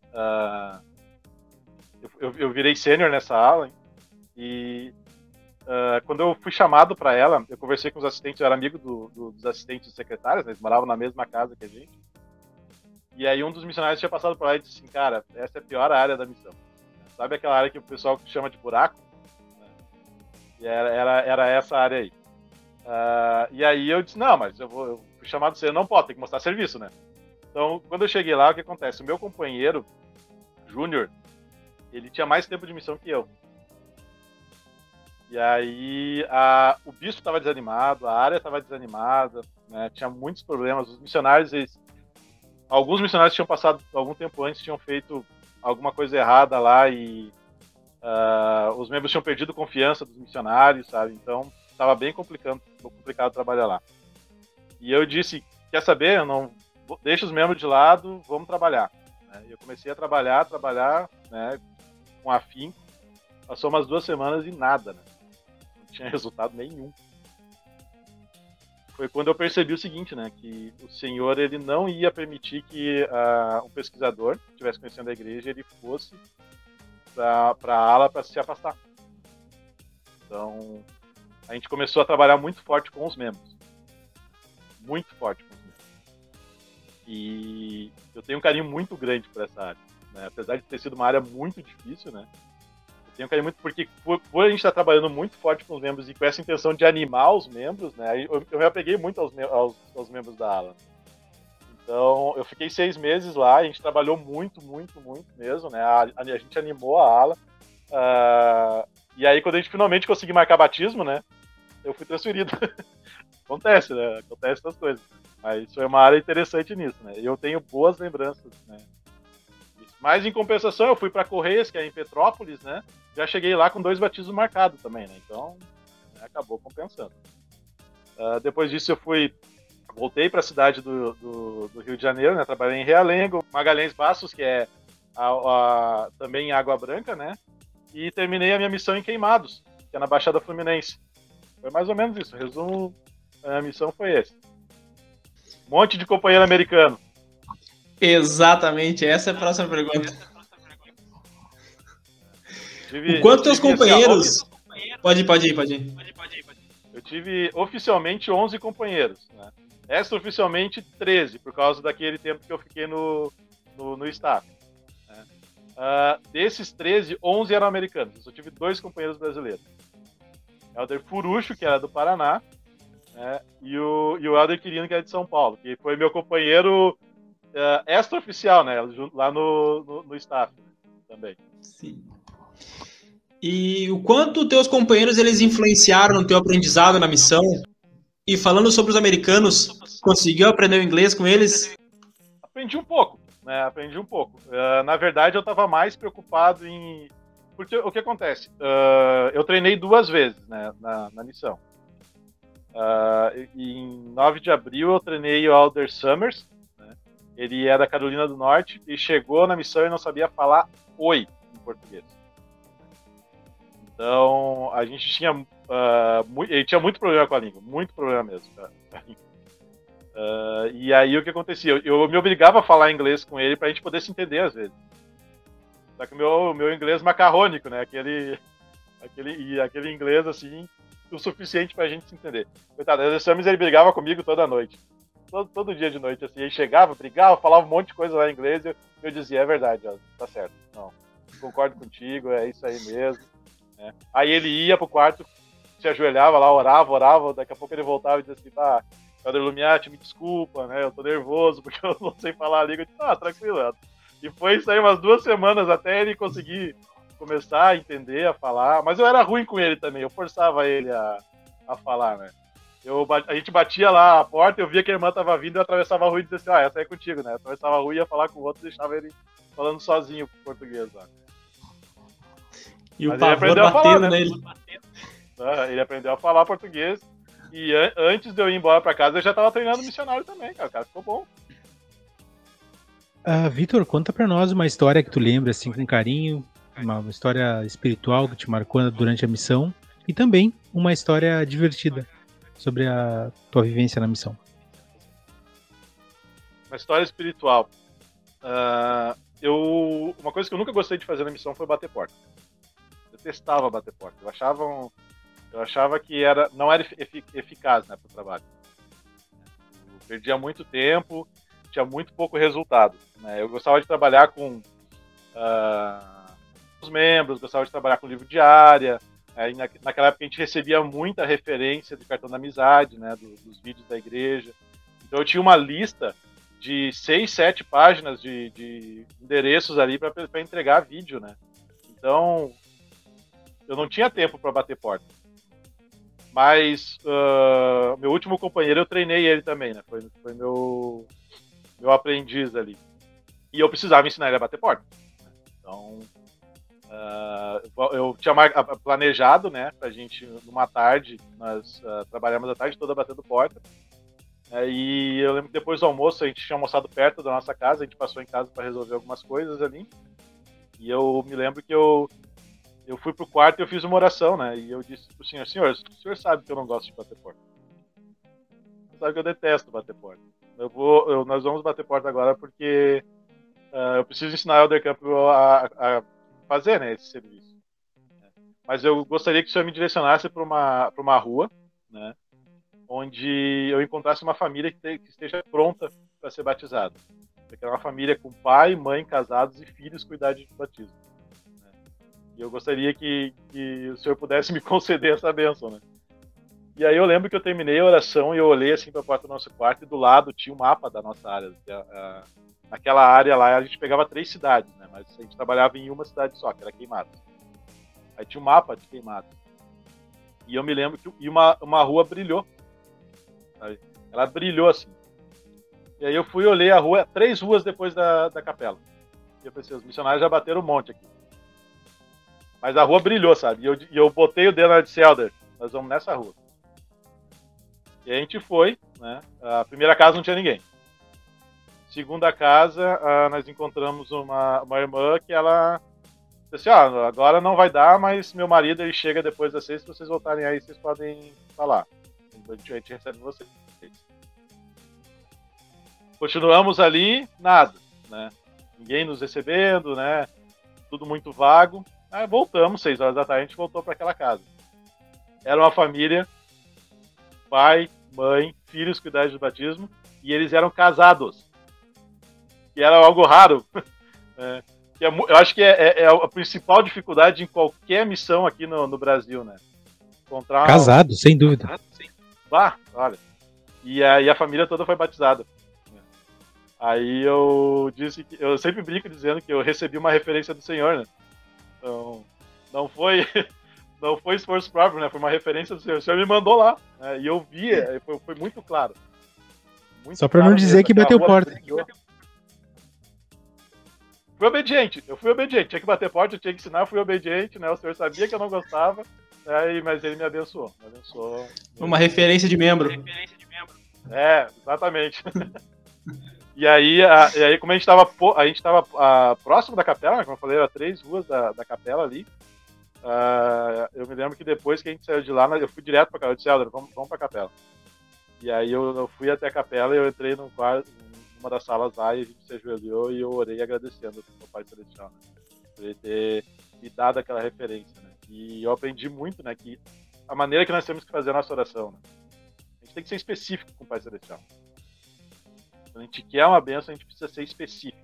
Eu virei sênior nessa ala, hein? E quando eu fui chamado para ela, eu conversei com os assistentes, eu era amigo dos assistentes secretários, né? Eles moravam na mesma casa que a gente. E aí um dos missionários tinha passado por lá e disse assim, cara, essa é a pior área da missão. Sabe aquela área que o pessoal chama de buraco? E era essa área aí. E aí eu disse, não, mas eu fui chamado de sênior, não pode, tem que mostrar serviço, né? Então, quando eu cheguei lá, o que acontece? O meu companheiro, Júnior, ele tinha mais tempo de missão que eu. E aí o bispo estava desanimado, a área estava desanimada, né? Tinha muitos problemas. Os missionários, alguns missionários tinham passado algum tempo antes, tinham feito alguma coisa errada lá e os membros tinham perdido confiança dos missionários, sabe? Então estava bem complicado trabalhar lá. E eu disse, quer saber? Eu não deixa os membros de lado, vamos trabalhar. E eu comecei a trabalhar, né, com afinco. Passou umas 2 semanas e nada, né? Não tinha resultado nenhum. Foi quando eu percebi o seguinte, né, que o Senhor ele não ia permitir que um pesquisador que estivesse conhecendo a igreja ele fosse para a ala para se afastar. Então a gente começou a trabalhar muito forte com os membros, muito forte com os membros. E eu tenho um carinho muito grande por essa área, né? Apesar de ter sido uma área muito difícil, né? Eu tenho um carinho muito porque por a gente estar trabalhando muito forte com os membros e com essa intenção de animar os membros, né? Eu me apeguei muito aos membros da ala. Então eu fiquei 6 meses lá, a gente trabalhou muito, muito, muito mesmo, né? A gente animou a ala. E aí quando a gente finalmente conseguiu marcar batismo, né? Eu fui transferido. Acontece, né? Acontece essas coisas. Mas foi uma área interessante nisso, né? E eu tenho boas lembranças, né? Mas em compensação, eu fui para Correias, que é em Petrópolis, né? Já cheguei lá com 2 batismos marcados também, né? Então, né, acabou compensando. Depois disso, voltei para a cidade do Rio de Janeiro, né? Trabalhei em Realengo, Magalhães Bastos, que é também em Água Branca, né? E terminei a minha missão em Queimados, que é na Baixada Fluminense. Foi mais ou menos isso. O resumo da minha missão foi esse. Um monte de companheiro americano. Exatamente, essa é a próxima pergunta. O quanto teus companheiros... Pode ir. Eu tive oficialmente 11 companheiros, né? Extraoficialmente 13, por causa daquele tempo que eu fiquei no staff. Né? Desses 13, 11 eram americanos. Eu só tive 2 companheiros brasileiros. Elder Furucho, que era do Paraná, né? E o Elder Quirino, que era de São Paulo, que foi meu companheiro extraoficial, né? Lá no staff, né? Também. Sim. E o quanto teus companheiros eles influenciaram no teu aprendizado na missão? E falando sobre os americanos, conseguiu aprender o inglês com eles? Aprendi um pouco, né? Aprendi um pouco. Na verdade, eu estava mais preocupado em... Porque o que acontece? Eu treinei 2 vezes, né, na missão. Em 9 de abril eu treinei o Alder Summers, né? Ele é da Carolina do Norte e chegou na missão e não sabia falar oi em português. Então a gente tinha ele tinha muito problema com a língua, muito problema mesmo, cara. E aí o que acontecia? Eu me obrigava a falar inglês com ele pra gente poder se entender às vezes. Só que o meu inglês macarrônico, né? Aquele inglês assim, o suficiente pra gente se entender. Coitado, o Samis ele brigava comigo toda noite. Todo dia de noite, assim. Ele chegava, brigava, falava um monte de coisa lá em inglês e eu dizia, é verdade, ó, tá certo. Não, concordo contigo, é isso aí mesmo. Né? Aí ele ia pro quarto, se ajoelhava lá, orava, daqui a pouco ele voltava e dizia assim, tá, Elder Lumiati, me desculpa, né? Eu tô nervoso porque eu não sei falar a língua. Eu disse, tranquilo. E foi isso aí umas 2 semanas até ele conseguir começar a entender, a falar. Mas eu era ruim com ele também, eu forçava ele a falar, né? A gente batia lá a porta, eu via que a irmã tava vindo, eu atravessava a rua e dizia assim, essa é contigo, né? Eu atravessava a rua e ia falar com o outro e deixava ele falando sozinho português lá. E o pavor batendo nele. Ele aprendeu a falar português. E antes de eu ir embora pra casa, eu já tava treinando missionário também, cara. O cara ficou bom. Vitor, conta pra nós uma história que tu lembra, assim, com carinho. Uma história espiritual que te marcou durante a missão. E também uma história divertida sobre a tua vivência na missão. Uma história espiritual. Uma coisa que eu nunca gostei de fazer na missão foi bater porta. Eu detestava bater porta. Eu achava que não era eficaz, né, pro trabalho. Eu perdia muito tempo, tinha muito pouco resultado. Né? Eu gostava de trabalhar com os membros, gostava de trabalhar com livro diária. Naquela época a gente recebia muita referência de cartão da amizade, né, dos vídeos da igreja. Então eu tinha uma lista de 6, 7 páginas de endereços ali para entregar vídeo, né? Então eu não tinha tempo para bater porta. Mas meu último companheiro eu treinei ele também, né? Foi meu aprendiz ali. E eu precisava ensinar ele a bater porta. Então eu tinha planejado, né, pra gente, numa tarde, nós trabalhamos a tarde toda batendo porta. E eu lembro que depois do almoço, a gente tinha almoçado perto da nossa casa, a gente passou em casa para resolver algumas coisas ali. E eu me lembro que eu fui pro quarto e eu fiz uma oração, né? E eu disse pro senhor, o senhor sabe que eu não gosto de bater porta. Você sabe que eu detesto bater porta. Nós vamos bater porta agora porque eu preciso ensinar o Elder Campbell a fazer, né, esse serviço. Mas eu gostaria que o senhor me direcionasse para uma rua, né, onde eu encontrasse uma família que esteja pronta para ser batizada. Porque é uma família com pai, mãe, casados e filhos com idade de batismo. Né? E eu gostaria que o senhor pudesse me conceder essa bênção, né? E aí eu lembro que eu terminei a oração e eu olhei assim para a porta do nosso quarto e do lado tinha um mapa da nossa área. Naquela área lá a gente pegava 3 cidades, né? Mas a gente trabalhava em uma cidade só, que era Queimados. Aí tinha um mapa de Queimados. E eu me lembro que uma rua brilhou. Sabe? Ela brilhou assim. E aí eu fui e olhei a rua, 3 ruas depois da capela. E eu pensei, os missionários já bateram um monte aqui. Mas a rua brilhou, sabe? E eu botei o dedo na de Elder, nós vamos nessa rua. E a gente foi, né? A primeira casa não tinha ninguém. Segunda casa, nós encontramos uma irmã que ela disse assim, agora não vai dar, mas meu marido ele chega depois das 6, se vocês voltarem aí, vocês podem falar. A gente recebe vocês. Continuamos ali, nada, né? Ninguém nos recebendo, né? Tudo muito vago. Aí voltamos, 6 horas da tarde, a gente voltou para aquela casa. Era uma família, pai, mãe, filhos com idade de batismo, e eles eram casados. Que era algo raro. Eu acho que é a principal dificuldade em qualquer missão aqui no Brasil, né? Encontrar casado, sem dúvida. Olha. E aí a família toda foi batizada. Aí eu disse que eu sempre brinco dizendo que eu recebi uma referência do Senhor, né? Então, não foi não foi esforço próprio, né? Foi uma referência do Senhor. O Senhor me mandou lá, né? E eu vi, foi muito claro. Muito Só pra não dizer mesmo, que aquela bateu rua porta. brilhou. Fui obediente, eu fui obediente. Tinha que bater porta, eu tinha que ensinar, eu fui obediente, né? O Senhor sabia que eu não gostava, né? Mas ele me abençoou. Uma referência de membro. Exatamente. E aí, como a gente estava próximo da capela, né? Como eu falei, era 3 ruas da capela ali. Eu me lembro que depois que a gente saiu de lá, eu fui direto pra capela. Eu disse, Helder, vamos pra capela. E aí eu fui até a capela e eu entrei numa das salas lá e a gente se ajoelhou e eu orei agradecendo ao meu Pai Celestial, né? Por ele ter me dado aquela referência, né? E eu aprendi muito, né? Que a maneira que nós temos que fazer a nossa oração, né? A gente tem que ser específico com o Pai Celestial. Quando a gente quer uma bênção, a gente precisa ser específico.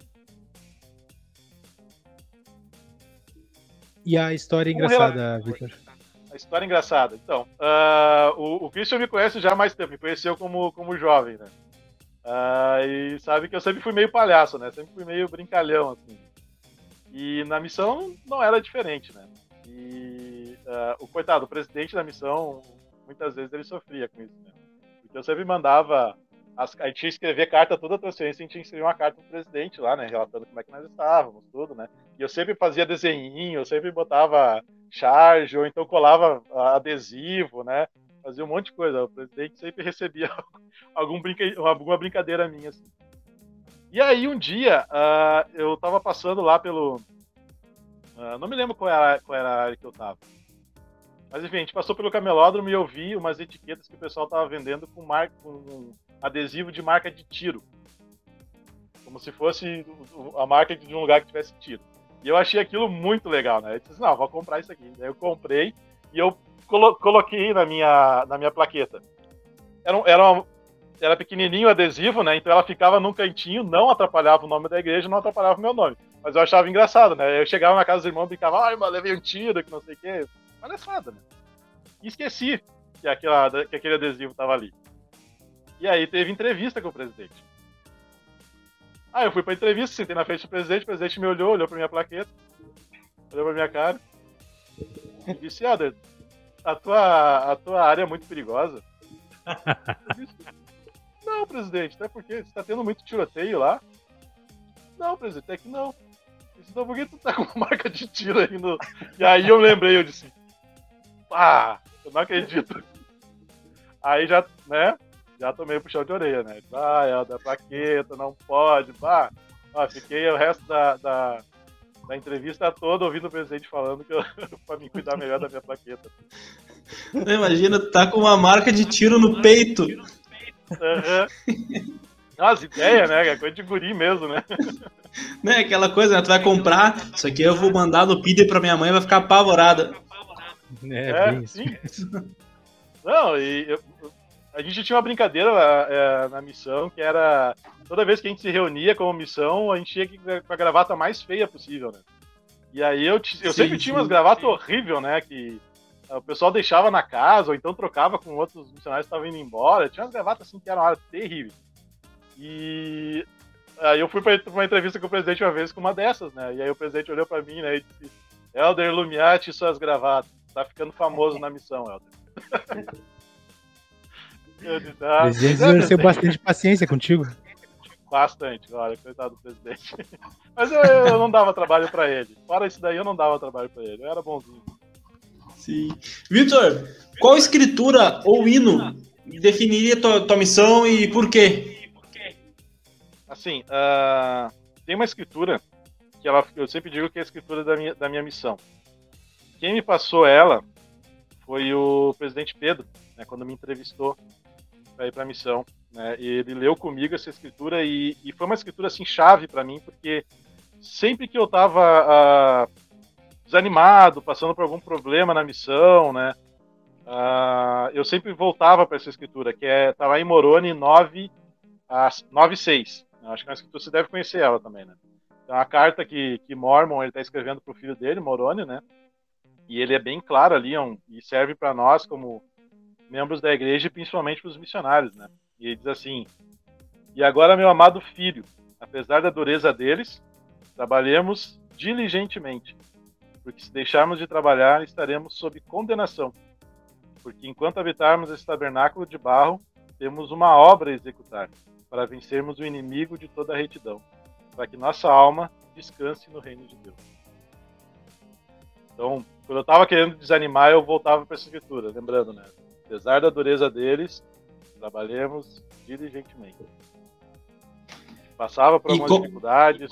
E a história engraçada, Vitor? A história engraçada. Então, o Christian me conhece já há mais tempo, me conheceu como jovem, né? E sabe que eu sempre fui meio palhaço, né? Sempre fui meio brincalhão, assim. E na missão não era diferente, né? E o coitado, o presidente da missão, muitas vezes ele sofria com isso, né? Porque eu sempre mandava... a gente tinha que escrever carta toda a transferência, a gente tinha que escrever uma carta pro presidente lá, né? Relatando como é que nós estávamos, tudo, né? E eu sempre fazia desenhinho, eu sempre botava charge, ou então colava adesivo, né? Fazia um monte de coisa. O presidente sempre recebia alguma brincadeira minha, assim. E aí, um dia, eu tava passando lá pelo... não me lembro qual era a área que eu tava. Mas, enfim, a gente passou pelo camelódromo e eu vi umas etiquetas que o pessoal tava vendendo com adesivo de marca de tiro. Como se fosse a marca de um lugar que tivesse tiro. E eu achei aquilo muito legal, né? Eu disse, não, vou comprar isso aqui. Daí eu comprei e eu coloquei na minha plaqueta. Era pequenininho o adesivo, né? Então ela ficava num cantinho, não atrapalhava o nome da igreja, não atrapalhava o meu nome. Mas eu achava engraçado, né? Eu chegava na casa dos irmãos e brincava, ai, mas levei um tiro, que não sei o quê. Palhaçada, né? E esqueci que aquele adesivo tava ali. E aí teve entrevista com o presidente. Eu fui pra entrevista, sentei na frente do presidente, o presidente me olhou pra minha plaqueta, olhou pra minha cara e disse, Helder, a tua área é muito perigosa. Eu disse, não, presidente, até porque você tá tendo muito tiroteio lá. Não, presidente, é que não. Eu disse, então por que tu tá com uma marca de tiro aí no... E aí eu lembrei, eu disse, eu não acredito. Aí já, né, já tomei puxão de orelha, né? Helder, plaqueta, não pode, fiquei o resto da entrevista toda ouvindo o presidente falando que pra mim cuidar melhor da minha plaqueta. Imagina, tá com uma marca de tiro no peito. Uhum. Nossa, ideia, né? É coisa de guri mesmo, né? Né, aquela coisa, né? Tu vai comprar, isso aqui eu vou mandar no Pide pra minha mãe, vai ficar apavorada. Bem isso. Sim. Não, a gente tinha uma brincadeira na missão, que era, toda vez que a gente se reunia como missão, a gente tinha que ir com a gravata mais feia possível, né? E aí eu sempre tinha umas gravatas horríveis, né? Que o pessoal deixava na casa, ou então trocava com outros missionários que estavam indo embora. Tinha umas gravatas assim que eram terríveis. E aí eu fui pra uma entrevista com o presidente uma vez com uma dessas, né? E aí o presidente olhou pra mim, né, e disse, Helder Lumiati e suas gravatas. Tá ficando famoso na missão, Helder. Eu disse, o presidente exerceu bastante paciência contigo. Bastante, olha, coitado do presidente. Mas eu não dava trabalho pra ele. Fora isso daí, eu não dava trabalho pra ele. Eu era bonzinho. Sim. Vitor, qual escritura ou hino definiria tua missão e por quê? Assim, tem uma escritura que eu sempre digo que é a escritura da minha missão. Quem me passou ela foi o presidente Pedro, né, quando me entrevistou para ir para a missão. Né, e ele leu comigo essa escritura e foi uma escritura assim, chave para mim, porque sempre que eu estava desanimado, passando por algum problema na missão, né, eu sempre voltava para essa escritura, que tá lá em Moroni 9:6. Acho que é uma escritura, você deve conhecer ela também, né? Então, a carta que Mormon ele está escrevendo para o filho dele, Moroni, né? E ele é bem claro ali, e serve para nós como membros da igreja e principalmente para os missionários, né? E ele diz assim, e agora, meu amado filho, apesar da dureza deles, trabalhemos diligentemente, porque se deixarmos de trabalhar, estaremos sob condenação. Porque enquanto habitarmos esse tabernáculo de barro, temos uma obra a executar, para vencermos o inimigo de toda a retidão, para que nossa alma descanse no reino de Deus. Então, quando eu estava querendo desanimar, eu voltava para essa escritura, lembrando, né? Apesar da dureza deles, trabalhemos diligentemente. Passava por algumas dificuldades.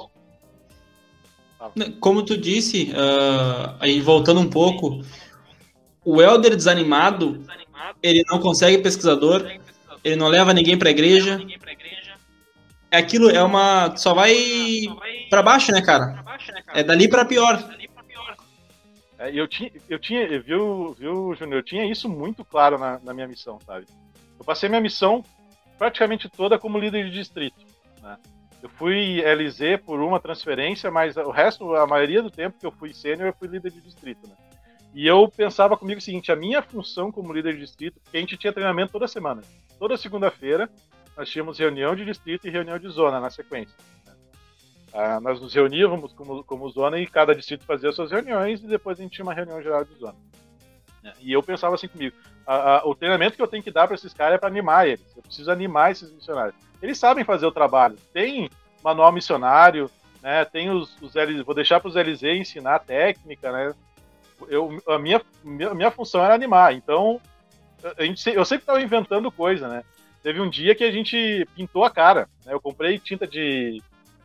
Como tu disse, aí voltando um pouco, o elder desanimado, ele não consegue pesquisador, ele não leva ninguém para a igreja. Aquilo é uma... só vai para baixo, né, cara? É dali para pior. Eu tinha, viu, Júnior? Eu tinha isso muito claro na minha missão, sabe? Eu passei minha missão praticamente toda como líder de distrito, né? Eu fui LZ por uma transferência, mas o resto, a maioria do tempo que eu fui sênior, eu fui líder de distrito, né? E eu pensava comigo o seguinte, a minha função como líder de distrito, porque a gente tinha treinamento toda semana. Toda segunda-feira, nós tínhamos reunião de distrito e reunião de zona na sequência. Nós nos reuníamos como zona e cada distrito fazia suas reuniões e depois a gente tinha uma reunião geral de zona. E eu pensava assim comigo, o treinamento que eu tenho que dar para esses caras é para animar eles. Eu preciso animar esses missionários. Eles sabem fazer o trabalho. Tem manual missionário, né? Tem os LZ, vou deixar para os LZ ensinar a técnica, né? A minha função era animar. Então, eu sempre estava inventando coisa, né? Teve um dia que a gente pintou a cara, né? Eu comprei tinta de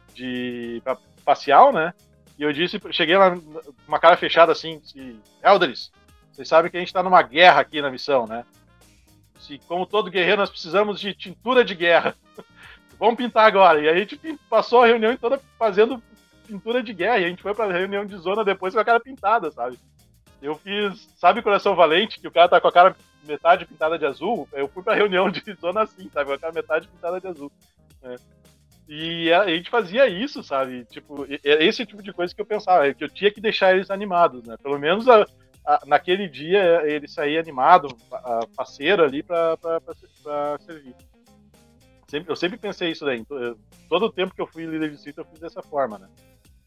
facial, né? E eu cheguei lá com uma cara fechada assim, Elders, vocês sabem que a gente está numa guerra aqui na missão, né? Como todo guerreiro, nós precisamos de tintura de guerra. Vamos pintar agora. E a gente passou a reunião toda fazendo pintura de guerra. E a gente foi pra reunião de zona depois com a cara pintada, sabe? Eu fiz, sabe Coração Valente, que o cara tá com a cara metade pintada de azul? Eu fui pra reunião de zona assim, sabe? Com a cara metade pintada de azul. Né? E a gente fazia isso, sabe? Tipo, esse tipo de coisa que eu pensava, que eu tinha que deixar eles animados, né? Pelo menos naquele dia ele saía animado, parceiro ali pra servir. Eu sempre pensei isso daí. Todo o tempo que eu fui líder de distrito eu fiz dessa forma, né?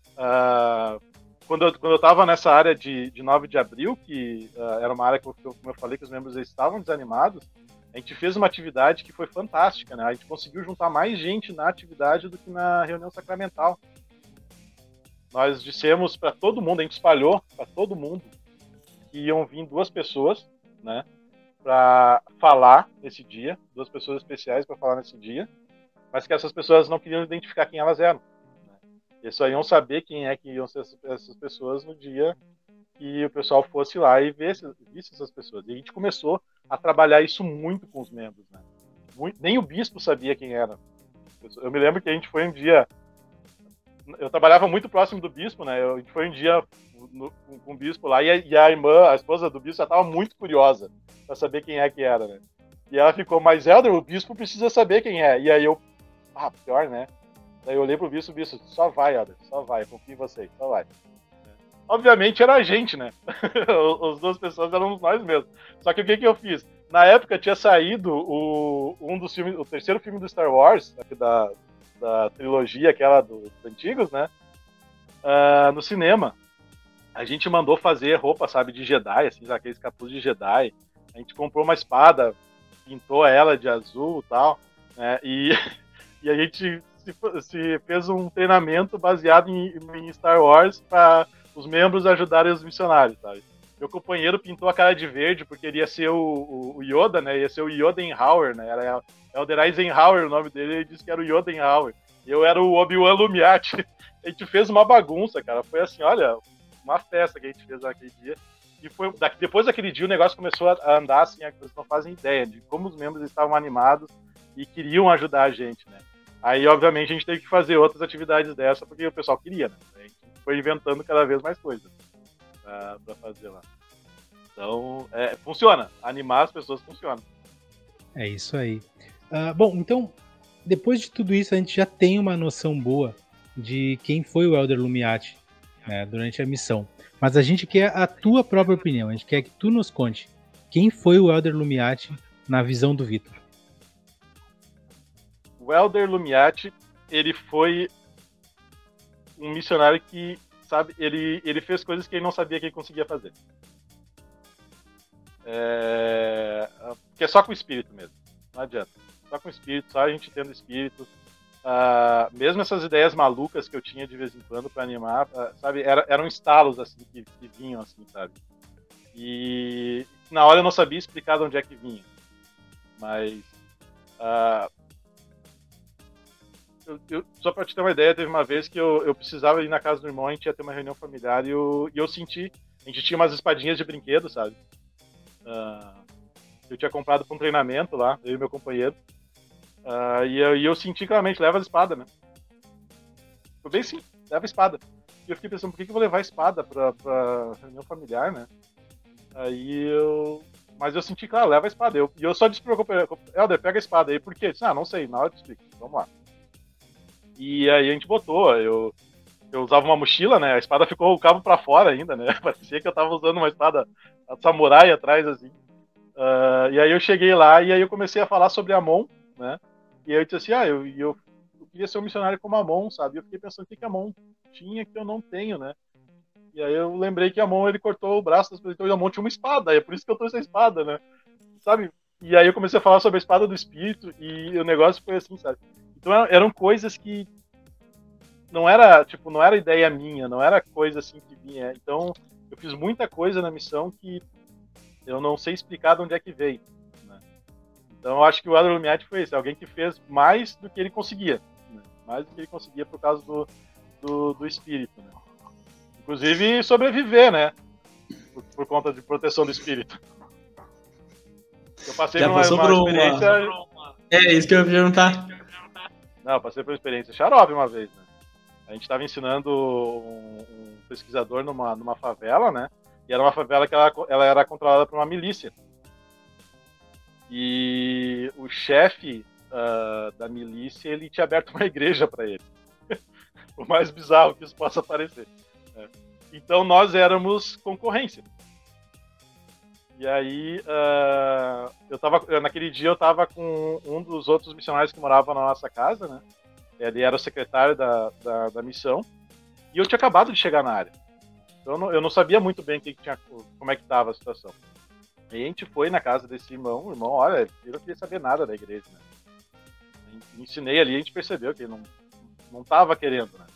Quando eu estava nessa área de 9 de abril, que era uma área que, como eu falei, que os membros estavam desanimados, a gente fez uma atividade que foi fantástica, né? A gente conseguiu juntar mais gente na atividade do que na reunião sacramental. Nós dissemos para todo mundo, a gente espalhou para todo mundo que iam vir 2 pessoas, né? Para falar nesse dia, 2 pessoas especiais para falar nesse dia, mas que essas pessoas não queriam identificar quem elas eram. Né? Eles só iam saber quem é que iam ser essas pessoas no dia que o pessoal fosse lá e visse essas pessoas. E a gente começou a trabalhar isso muito com os membros. Né? Nem o bispo sabia quem era. Eu me lembro que a gente foi um dia... Eu trabalhava muito próximo do bispo, né? A gente foi um dia com o bispo lá e a irmã, a esposa do bispo, já estava muito curiosa para saber quem é que era, né? E ela ficou, mas Helder, o bispo precisa saber quem é. E aí eu, pior, né? Daí eu olhei pro bispo, só vai, Helder, só vai, confio em vocês, só vai. Obviamente era a gente, né? As 2 pessoas éramos nós mesmos. Só que o que eu fiz? Na época tinha saído o 3º filme do Star Wars, da trilogia aquela dos antigos, né? No cinema. A gente mandou fazer roupa, sabe, de Jedi, assim, aqueles capuz de Jedi. A gente comprou uma espada, pintou ela de azul e tal, né? E a gente se fez um treinamento baseado em Star Wars para os membros ajudarem os missionários, sabe? Meu companheiro pintou a cara de verde porque ele ia ser o Yoda, né? Ia ser o Yodenhauer, né? Era Elder Eisenhower o nome dele, ele disse que era o Yodenhauer. Eu era o Obi-Wan Lumiat. A gente fez uma bagunça, cara. Foi assim, olha, uma festa que a gente fez naquele dia. E foi, depois daquele dia o negócio começou a andar assim, vocês não fazem ideia de como os membros estavam animados e queriam ajudar a gente, né? Aí, obviamente, a gente teve que fazer outras atividades dessa porque o pessoal queria, né? A gente foi inventando cada vez mais coisas pra fazer lá. Então, funciona. Animar as pessoas funciona. É isso aí. Bom, então, depois de tudo isso, a gente já tem uma noção boa de quem foi o Elder Lumiat, né, durante a missão. Mas a gente quer a tua própria opinião. A gente quer que tu nos conte quem foi o Elder Lumiat na visão do Vitor. O Elder Lumiat ele foi um missionário que, sabe, ele fez coisas que ele não sabia que ele conseguia fazer. Que é só com o espírito mesmo, não adianta. Só com o espírito, só a gente tendo espírito. Mesmo essas ideias malucas que eu tinha de vez em quando para animar, sabe, eram estalos assim que vinham assim, sabe. E na hora eu não sabia explicar de onde é que vinha, mas só para te ter uma ideia, teve uma vez que eu precisava ir na casa do irmão, a gente ia ter uma reunião familiar e eu senti, a gente tinha umas espadinhas de brinquedo, sabe, eu tinha comprado para um treinamento lá, eu e meu companheiro, e eu senti claramente, leva a espada, né? Foi bem sim, leva a espada. E eu fiquei pensando, por que eu vou levar a espada pra reunião familiar, né? Mas eu senti, claro, leva a espada. E eu só disse pro meu companheiro, Helder, pega a espada aí, por quê? Eu disse, não sei, na hora eu te explico, vamos lá. E aí a gente botou, eu usava uma mochila, né? A espada ficou o cabo pra fora ainda, né? Parecia que eu tava usando uma espada samurai atrás, assim. E aí eu cheguei lá e aí eu comecei a falar sobre Amon, né? E aí eu disse assim, eu queria ser um missionário como Amon, sabe? E eu fiquei pensando, o que Amon tinha que eu não tenho, né? E aí eu lembrei que Amon, ele cortou o braço das pessoas, então Amon tinha uma espada, é por isso que eu trouxe a espada, né? Sabe? E aí eu comecei a falar sobre a espada do espírito e o negócio foi assim, sabe? Então eram coisas que não era ideia minha, não era coisa assim que vinha. Então eu fiz muita coisa na missão que eu não sei explicar de onde é que veio. Então eu acho que o Adler Lumiati foi esse, alguém que fez mais do que ele conseguia, né? Mais do que ele conseguia por causa do espírito, né? Inclusive sobreviver, né? Por conta de proteção do espírito. Eu passei por uma experiência... É isso que eu ia perguntar. Não, eu passei por uma experiência xarope uma vez, né? A gente estava ensinando um pesquisador numa favela, né? E era uma favela que ela era controlada por uma milícia. E o chefe da milícia, ele tinha aberto uma igreja para ele. O mais bizarro que isso possa parecer. Né? Então nós éramos concorrência. E aí, naquele dia eu estava com um dos outros missionários que morava na nossa casa, né? Ele era o secretário da missão. E eu tinha acabado de chegar na área. Então eu não sabia muito bem como é que estava a situação. E a gente foi na casa desse irmão. O irmão, olha, ele não queria saber nada da igreja, né? Ensinei ali, a gente percebeu que ele não estava querendo, né?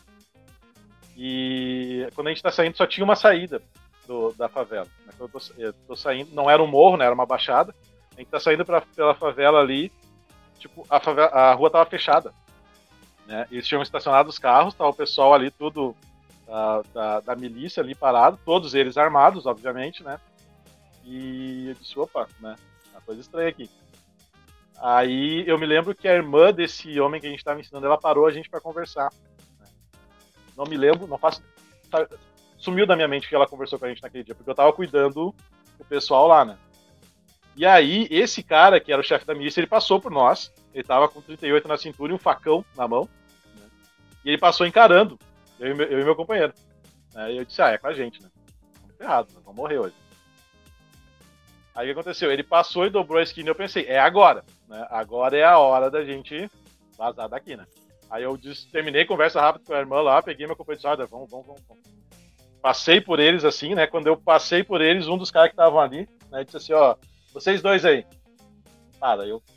E quando a gente está saindo, só tinha uma saída da favela. Né? Eu tô saindo, não era um morro, né? Era uma baixada. A gente tá saindo pela favela ali, tipo, a rua tava fechada. Né? Eles tinham estacionado os carros, tava o pessoal ali, tudo da milícia ali parado, todos eles armados, obviamente, né? E eu disse, opa, né? Uma coisa estranha aqui. Aí eu me lembro que a irmã desse homem que a gente estava ensinando, ela parou a gente para conversar. Né? Não me lembro, não faço... Sumiu da minha mente que ela conversou com a gente naquele dia, porque eu tava cuidando do pessoal lá, né? E aí, esse cara, que era o chefe da milícia, ele passou por nós, ele tava com 38 na cintura e um facão na mão, né? E ele passou encarando, eu e meu companheiro. Né? E eu disse, é com a gente, né? Estamos ferrados, nós vamos morrer hoje. Aí o que aconteceu? Ele passou e dobrou a esquina e eu pensei, é agora, né? Agora é a hora da gente vazar daqui, né? Aí eu terminei a conversa rápida com a irmã lá, peguei meu companheiro e disse, vamos. Passei por eles assim, né? Quando eu passei por eles, um dos caras que estavam ali, né, disse assim, ó, vocês dois aí. Cara, eu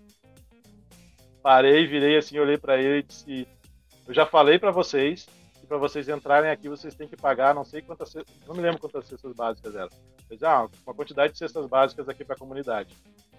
parei, virei assim, olhei pra ele e disse, eu já falei pra vocês que pra vocês entrarem aqui vocês têm que pagar, não sei quantas, não me lembro quantas cestas básicas eram. Mas, uma quantidade de cestas básicas aqui pra comunidade.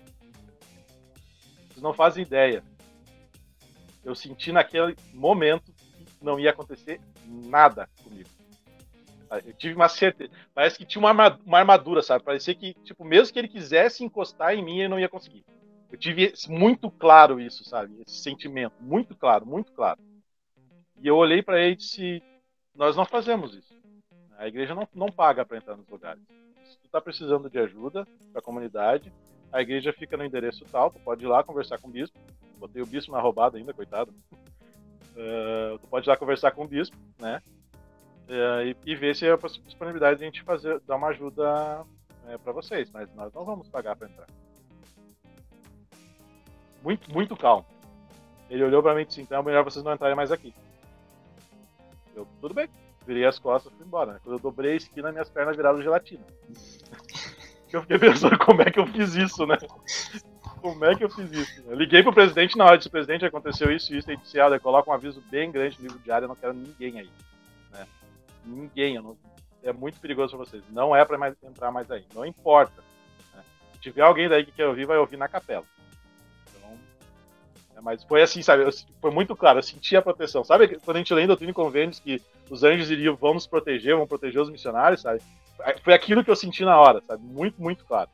Vocês não fazem ideia. Eu senti naquele momento que não ia acontecer nada comigo. Eu tive uma certeza. Parece que tinha uma armadura, sabe? Parecia que, tipo, mesmo que ele quisesse encostar em mim, ele não ia conseguir. Eu tive muito claro isso, sabe? Esse sentimento. Muito claro, muito claro. E eu olhei para ele e disse, nós não fazemos isso. A igreja não paga para entrar nos lugares. Se tu tá precisando de ajuda para a comunidade, a igreja fica no endereço tal, tu pode ir lá conversar com o bispo. Botei o bispo na roubada ainda, coitado. Tu pode ir lá conversar com o bispo, né? E ver se é a disponibilidade de a gente dar uma ajuda para vocês, mas nós não vamos pagar para entrar. Muito, muito calmo. Ele olhou pra mim e disse, então é melhor vocês não entrarem mais aqui. Eu, tudo bem. Virei as costas e fui embora, né? Quando eu dobrei a esquina, minhas pernas viraram gelatina. Eu fiquei pensando como é que eu fiz isso, né? Como é que eu fiz isso? Eu liguei pro presidente na hora, disse, presidente, aconteceu isso, aí disse, olha, coloca um aviso bem grande no livro diário, eu não quero ninguém aí. Né? Ninguém, é muito perigoso pra vocês. Não é pra entrar mais aí, não importa. Né? Se tiver alguém daí que quer ouvir, vai ouvir na capela. Então, mas foi assim, sabe? Foi muito claro, eu senti a proteção. Sabe quando a gente lê em Doutrina e Convênios que os anjos vão nos proteger, vão proteger os missionários, sabe? Foi aquilo que eu senti na hora, sabe? Muito, muito claro.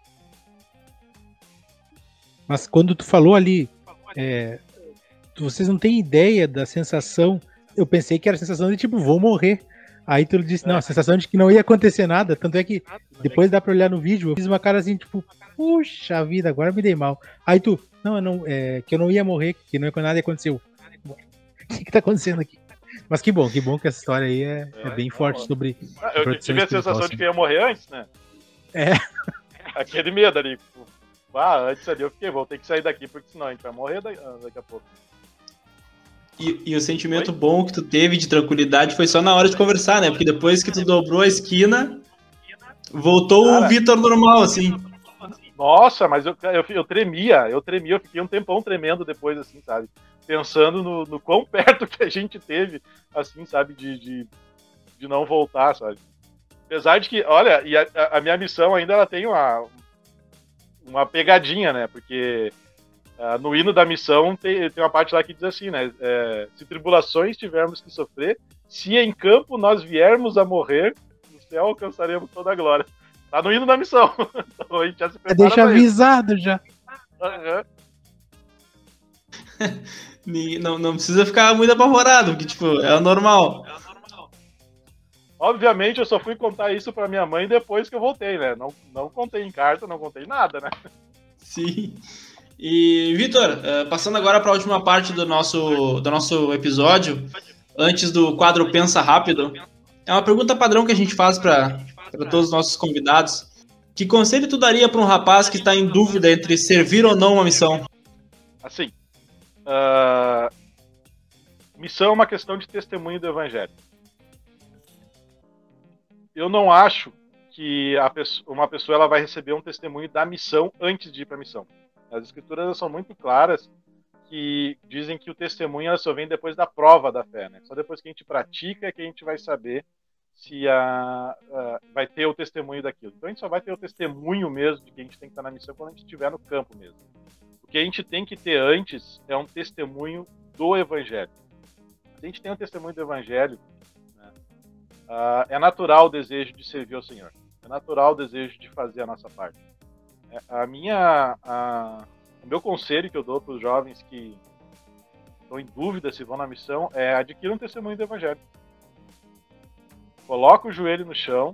Mas quando tu falou ali, vocês não têm ideia da sensação. Eu pensei que era a sensação de tipo, vou morrer. Aí tu disse, não, a sensação de que não ia acontecer nada. Tanto é que depois dá pra olhar no vídeo, eu fiz uma cara assim, tipo, puxa vida, agora me dei mal. Aí tu, não, que eu não ia morrer, que não ia nada e aconteceu. O que tá acontecendo aqui? Mas que bom que essa história aí é bem forte sobre. Eu tive a sensação de que eu ia morrer antes, né? Aquele medo ali. Antes ali eu fiquei, vou ter que sair daqui, porque senão a gente vai morrer daqui a pouco. E o sentimento bom que tu teve de tranquilidade foi só na hora de conversar, né? Porque depois que tu dobrou a esquina, voltou o Vitor normal, assim. Nossa, mas eu tremia, eu fiquei um tempão tremendo depois, assim, sabe? Pensando no quão perto que a gente teve, assim, sabe, de não voltar, sabe? Apesar de que, olha, e a minha missão ainda ela tem uma pegadinha, né? Porque no hino da missão tem uma parte lá que diz assim, né? Se tribulações tivermos que sofrer, se em campo nós viermos a morrer, no céu alcançaremos toda a glória. Tá no hino da missão. Então a gente já se prepara. Deixa avisado já. Não precisa ficar muito apavorado, porque, tipo, é o normal. Obviamente, eu só fui contar isso pra minha mãe depois que eu voltei, né? Não contei em carta, não contei nada, né? Sim. E, Vitor, passando agora para a última parte do nosso episódio, antes do quadro Pensa Rápido, é uma pergunta padrão que a gente faz para todos os nossos convidados. Que conselho tu daria para um rapaz que está em dúvida entre servir ou não uma missão? Assim, missão é uma questão de testemunho do evangelho. Eu não acho que uma pessoa ela vai receber um testemunho da missão antes de ir para a missão. As escrituras são muito claras que dizem que o testemunho ela só vem depois da prova da fé, né? Só depois que a gente pratica é que a gente vai saber se vai ter o testemunho daquilo. Então a gente só vai ter o testemunho mesmo de que a gente tem que estar na missão quando a gente estiver no campo mesmo. O que a gente tem que ter antes é um testemunho do evangelho. Se a gente tem um testemunho do evangelho, né, é natural o desejo de servir ao Senhor. É natural o desejo de fazer a nossa parte. O meu conselho que eu dou para os jovens que estão em dúvida se vão na missão é adquirir um testemunho do evangelho. Coloca o joelho no chão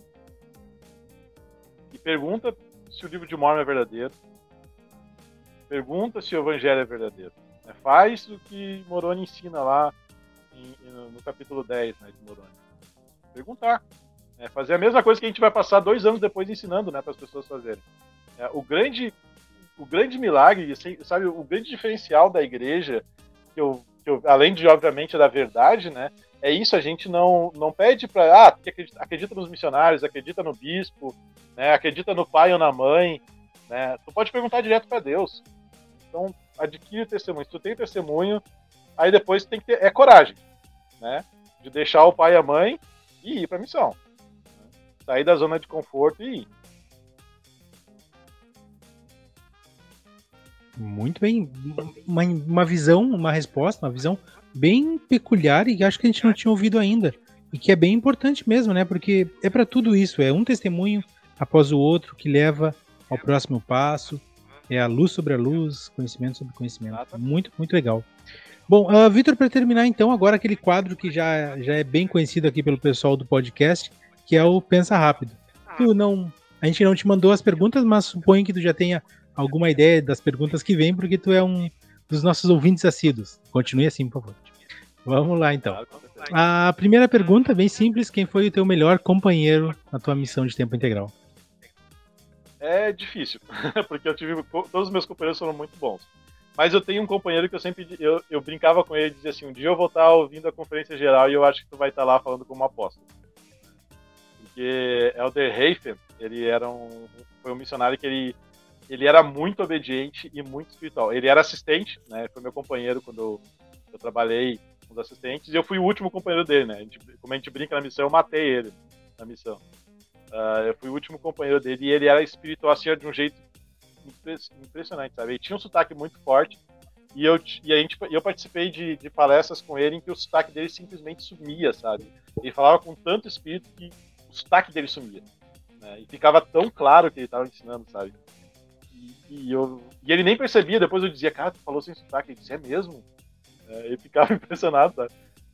e pergunta se o livro de Mórmon é verdadeiro. Pergunta se o evangelho é verdadeiro. Faz o que Moroni ensina lá no capítulo 10, né, de Moroni. Perguntar. Fazer a mesma coisa que a gente vai passar 2 anos depois ensinando, né, para as pessoas fazerem. O grande milagre, sabe, o grande diferencial da igreja, que eu, além de, obviamente, da verdade, né, é isso, a gente não pede para, acredita nos missionários, acredita no bispo, né, acredita no pai ou na mãe, né, tu pode perguntar direto para Deus. Então, adquire o testemunho. Se tu tem testemunho, aí depois tem que ter coragem, né, de deixar o pai e a mãe e ir para a missão. Né, sair da zona de conforto e ir. Muito bem, uma visão, uma resposta, uma visão bem peculiar e acho que a gente não tinha ouvido ainda. E que é bem importante mesmo, né? Porque é para tudo isso, é um testemunho após o outro que leva ao próximo passo, é a luz sobre a luz, conhecimento sobre conhecimento. Muito, muito legal. Bom, Vitor, para terminar então, agora aquele quadro que já é bem conhecido aqui pelo pessoal do podcast, que é o Pensa Rápido. A gente não te mandou as perguntas, mas suponho que tu já tenha alguma ideia das perguntas que vem, porque tu é um dos nossos ouvintes assíduos. Continue assim, por favor. Vamos lá, então. A primeira pergunta, bem simples, quem foi o teu melhor companheiro na tua missão de tempo integral? É difícil, porque todos os meus companheiros foram muito bons. Mas eu tenho um companheiro que eu sempre eu brincava com ele e dizia assim, um dia eu vou estar ouvindo a conferência geral e eu acho que tu vai estar lá falando como apóstolo. Porque Elder Heifen, foi um missionário que ele era muito obediente e muito espiritual. Ele era assistente, né? Foi meu companheiro quando eu trabalhei com os assistentes e eu fui o último companheiro dele, né? Como a gente brinca na missão, eu matei ele na missão. Eu fui o último companheiro dele e ele era espiritual assim, de um jeito impressionante, sabe? Ele tinha um sotaque muito forte e eu participei de palestras com ele em que o sotaque dele simplesmente sumia, sabe? Ele falava com tanto espírito que o sotaque dele sumia, né? E ficava tão claro que ele estava ensinando, sabe? E ele nem percebia, depois eu dizia, cara, tu falou sem sotaque. Ele disse, é mesmo? Ele ficava impressionado, sabe?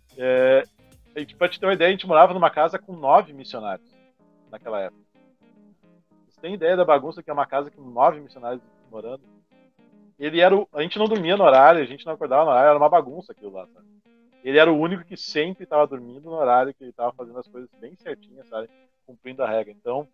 Pra te ter uma ideia, a gente morava numa casa com 9 missionários naquela época. Você tem ideia da bagunça que é uma casa com 9 missionários morando? A gente não dormia no horário, a gente não acordava no horário, era uma bagunça aquilo lá, sabe? Ele era o único que sempre estava dormindo no horário, que ele estava fazendo as coisas bem certinhas, sabe? Cumprindo a regra. Então,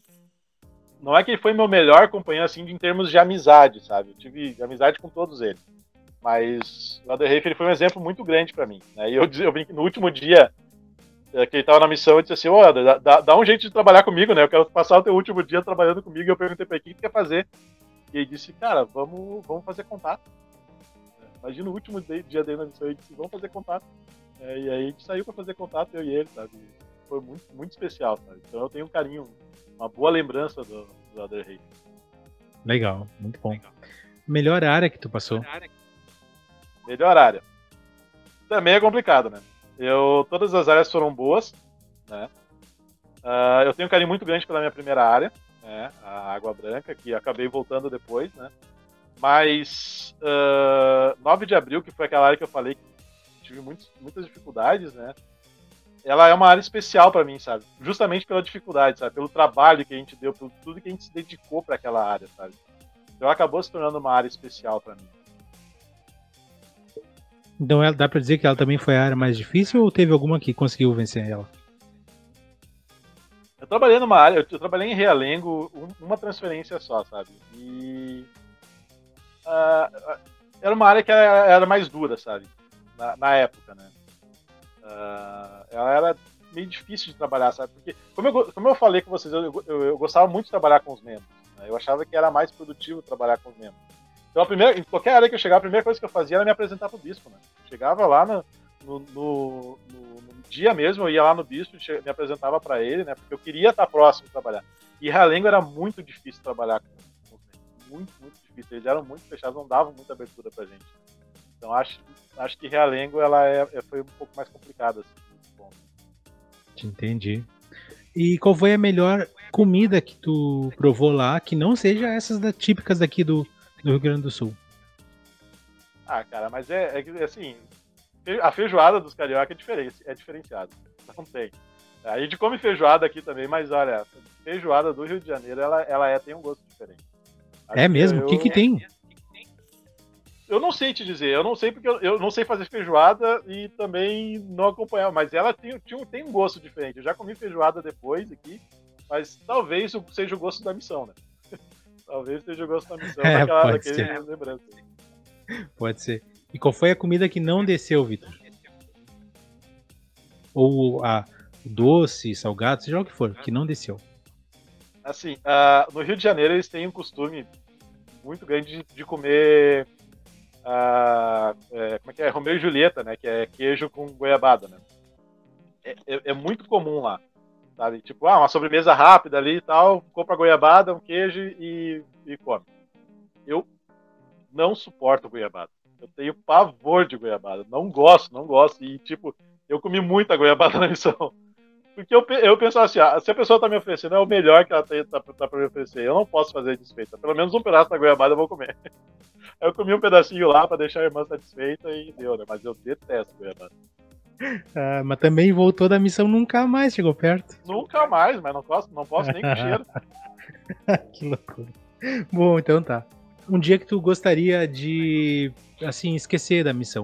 não é que ele foi meu melhor companheiro, assim, em termos de amizade, sabe? Eu tive amizade com todos eles. Mas o Elder Heifer foi um exemplo muito grande para mim, né? E eu brinquei, no último dia que ele estava na missão, eu disse assim, dá um jeito de trabalhar comigo, né? Eu quero passar o teu último dia trabalhando comigo. E eu perguntei para ele, o que tu quer fazer? E ele disse, cara, vamos fazer contato. Imagina o último dia dele na missão, ele disse, vamos fazer contato. E aí a gente saiu para fazer contato, eu e ele, sabe? Foi muito, muito especial, sabe? Então eu tenho um carinho, uma boa lembrança do Elder Heifer. Legal, muito bom. Melhor área que tu passou? Melhor área. Também é complicado, né? Todas as áreas foram boas, né? Eu tenho um carinho muito grande pela minha primeira área, né? A Água Branca, que acabei voltando depois, né? Mas 9 de abril, que foi aquela área que eu falei que tive muitas dificuldades, né? Ela é uma área especial para mim, sabe? Justamente pela dificuldade, sabe? Pelo trabalho que a gente deu, por tudo que a gente se dedicou para aquela área, sabe? Então acabou se tornando uma área especial para mim. Então dá pra dizer que ela também foi a área mais difícil ou teve alguma que conseguiu vencer ela? Eu trabalhei numa área, eu trabalhei em Realengo, uma transferência só, sabe? E era uma área que era mais dura, sabe? Na época, né? Ela era meio difícil de trabalhar, sabe? Porque, como eu falei com vocês, eu gostava muito de trabalhar com os membros, né? Eu achava que era mais produtivo trabalhar com os membros. Então, em qualquer área que eu chegava, a primeira coisa que eu fazia era me apresentar pro bispo, né? Chegava lá no dia mesmo, eu ia lá no bispo, me apresentava para ele, né? Porque eu queria estar próximo de trabalhar. E Realengo era muito difícil trabalhar com eles. Muito, muito difícil. Eles eram muito fechados, não davam muita abertura pra gente. Então, acho que Realengo foi um pouco mais complicada, assim. Entendi. E qual foi a melhor comida que tu provou lá, que não seja essas típicas daqui do Rio Grande do Sul? Cara, mas assim, a feijoada dos carioca é diferenciada. Não tem. A gente come feijoada aqui também, mas olha, a feijoada do Rio de Janeiro, ela tem um gosto diferente. É mesmo? O que tem? Eu não sei te dizer, eu não sei porque eu não sei fazer feijoada e também não acompanhava, mas ela tem um gosto diferente. Eu já comi feijoada depois aqui, mas talvez seja o gosto da missão, né? Talvez seja o gosto da missão daquele lembrança. Pode ser. E qual foi a comida que não desceu, Vitor? Ou a doce, salgado, seja o que for, que não desceu. Assim, no Rio de Janeiro eles têm um costume muito grande de comer como é que é? Romeu e Julieta, né? Que é queijo com goiabada, né? É muito comum lá, sabe? Tipo, uma sobremesa rápida ali e tal, compra goiabada, um queijo e come. Eu não suporto goiabada. Eu tenho pavor de goiabada. Não gosto. E, tipo, eu comi muita goiabada na missão. Porque eu penso assim, se a pessoa tá me oferecendo, é o melhor que ela tá pra me oferecer. Eu não posso fazer desfeita. Pelo menos um pedaço da goiabada eu vou comer. Eu comi um pedacinho lá pra deixar a irmã satisfeita e deu, né? Mas eu detesto goiabada. Mas também voltou da missão, nunca mais chegou perto. Nunca mais, mas não posso nem com cheiro. Que loucura. Bom, então tá. Um dia que tu gostaria de, assim, esquecer da missão?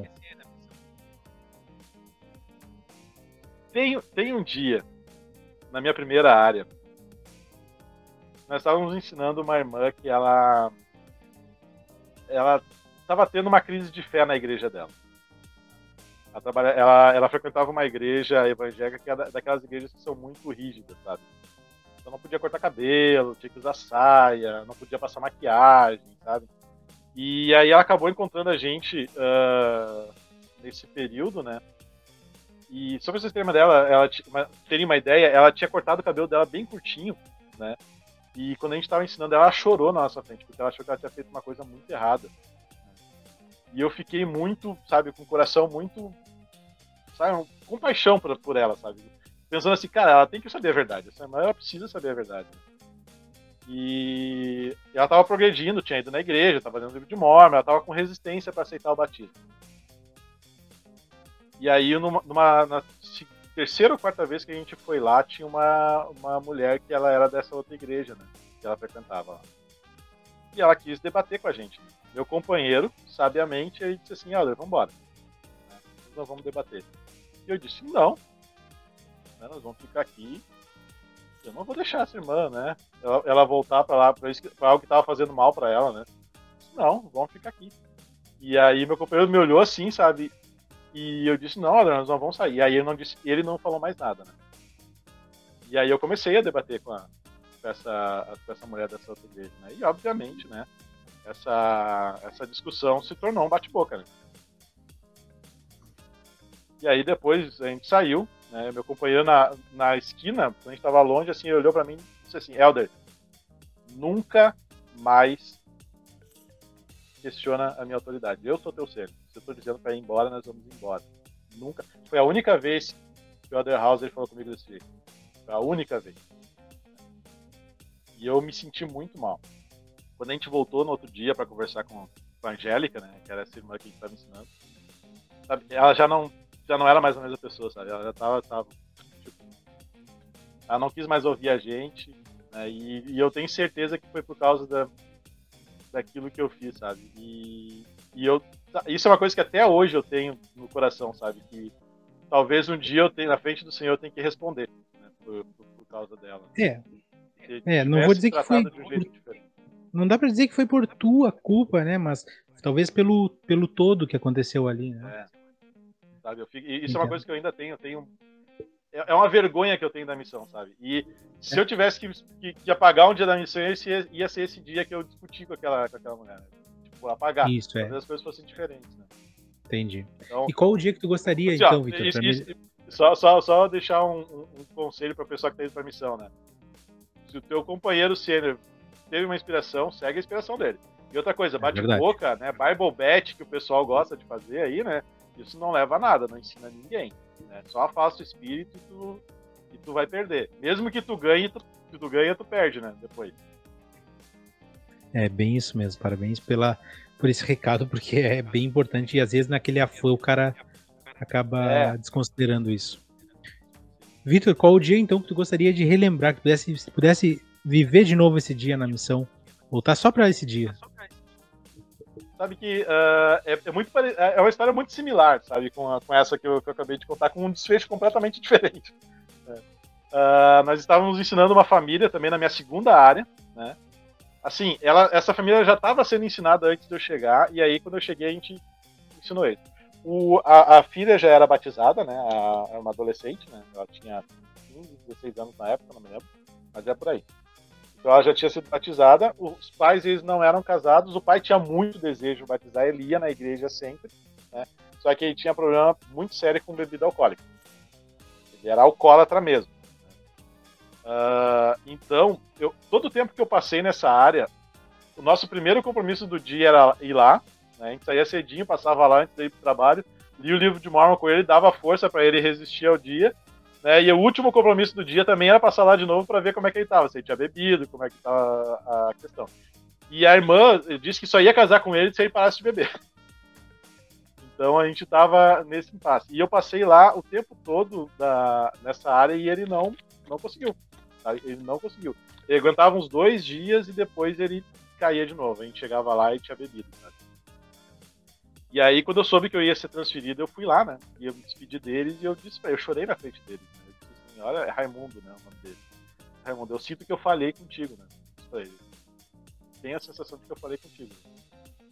Tem um dia, na minha primeira área, nós estávamos ensinando uma irmã que ela estava tendo uma crise de fé na igreja dela. Ela frequentava uma igreja evangélica que é daquelas igrejas que são muito rígidas, sabe? Então não podia cortar cabelo, tinha que usar saia, não podia passar maquiagem, sabe? E aí ela acabou encontrando a gente nesse período, né? E só pra vocês terem uma ideia, ela tinha cortado o cabelo dela bem curtinho, né? E quando a gente tava ensinando, ela chorou na nossa frente, porque ela achou que ela tinha feito uma coisa muito errada. E eu fiquei muito, sabe, com o coração muito, sabe, com paixão por ela, sabe? Pensando assim, cara, ela tem que saber a verdade, essa irmã ela precisa saber a verdade. E ela tava progredindo, tinha ido na igreja, tava lendo o livro de Mormon, ela tava com resistência para aceitar o batismo. E aí, na terceira ou quarta vez que a gente foi lá, tinha uma mulher que ela era dessa outra igreja, né? Que ela frequentava lá. E ela quis debater com a gente. Né? Meu companheiro, sabiamente, ele disse assim, olha, vamos embora. Né? Nós vamos debater. E eu disse, não. Né? Nós vamos ficar aqui. Eu não vou deixar essa irmã, né? Ela voltar para lá, para algo que estava fazendo mal para ela, né? Eu disse, não, vamos ficar aqui. E aí meu companheiro me olhou assim, sabe? E eu disse, não, olha, nós não vamos sair. E aí ele não falou mais nada, né? E aí eu comecei a debater com essa mulher dessa outra igreja, né? E obviamente, né? Essa discussão se tornou um bate-boca, né? E aí depois a gente saiu, né? Meu companheiro na esquina, quando a gente estava longe, assim, ele olhou para mim e disse assim, Elder, nunca mais questiona a minha autoridade. Eu sou teu servo. Se eu estou dizendo para ir embora, nós vamos embora. Nunca. Foi a única vez que o Elder House falou comigo desse jeito. Foi a única vez. E eu me senti muito mal. Quando a gente voltou no outro dia para conversar com a Angélica, né, que era essa irmã que a gente estava ensinando, sabe, ela já não era mais a mesma pessoa, sabe? Ela já tava tipo, ela não quis mais ouvir a gente, né, e eu tenho certeza que foi por causa daquilo que eu fiz, sabe? E isso é uma coisa que até hoje eu tenho no coração, sabe? Que talvez um dia na frente do Senhor eu tenha que responder, né, por causa dela. Não vou dizer que foi de um jeito diferente. Não dá pra dizer que foi por tua culpa, né? Mas talvez pelo todo que aconteceu ali, né? Sabe? Isso é uma coisa que eu ainda tenho. É uma vergonha que eu tenho da missão, sabe? E se eu tivesse que apagar um dia da missão, ia ser esse dia que eu discuti com aquela mulher. Né? Tipo, apagar. Isso, talvez as coisas fossem diferentes, né? Entendi. Então, e qual o dia que tu gostaria, assim, então, Vitor? Só deixar um conselho para a pessoa que está indo para a missão, né? Se o teu companheiro sênior teve uma inspiração, segue a inspiração dele. E outra coisa, bate-boca, né? Bible bet que o pessoal gosta de fazer aí, né? Isso não leva a nada, não ensina ninguém. Né? Só afasta o espírito e tu vai perder. Mesmo que tu ganhe, tu perde, né? Depois. É bem isso mesmo. Parabéns por esse recado, porque é bem importante e às vezes naquele afã o cara acaba desconsiderando isso. Vitor, qual o dia então que tu gostaria de relembrar, que pudesse viver de novo esse dia na missão? Voltar só para esse dia? Sabe que é uma história muito similar, sabe, com essa que eu acabei de contar, com um desfecho completamente diferente. Nós estávamos ensinando uma família também na minha segunda área, né? Assim, essa família já estava sendo ensinada antes de eu chegar, e aí quando eu cheguei a gente ensinou eles. A filha já era batizada, né? Era uma adolescente, né? Ela tinha 15, 16 anos na época, não me lembro, mas é por aí. Então ela já tinha sido batizada, os pais eles não eram casados, o pai tinha muito desejo de batizar, ele ia na igreja sempre, né? Só que ele tinha problema muito sério com bebida alcoólica. Ele era alcoólatra mesmo. Então, todo o tempo que eu passei nessa área, o nosso primeiro compromisso do dia era ir lá, né? A gente saía cedinho, passava lá antes de ir pro trabalho, lia o livro de Mormon com ele, dava força para ele resistir ao dia. Né, e o último compromisso do dia também era passar lá de novo para ver como é que ele estava, se ele tinha bebido, como é que estava a questão. E a irmã disse que só ia casar com ele se ele parasse de beber. Então a gente estava nesse impasse. E eu passei lá o tempo todo nessa área e ele não conseguiu. Sabe? Ele não conseguiu. Ele aguentava uns 2 dias e depois ele caía de novo. A gente chegava lá e tinha bebido. Sabe? E aí, quando eu soube que eu ia ser transferido, eu fui lá, né? E eu me despedi deles e eu disse eu chorei na frente deles. Né? Eu disse assim, olha, é Raimundo, né? O nome dele. Raimundo, eu sinto que eu falei contigo, né? Isso pra ele. Tenho a sensação de que eu falei contigo.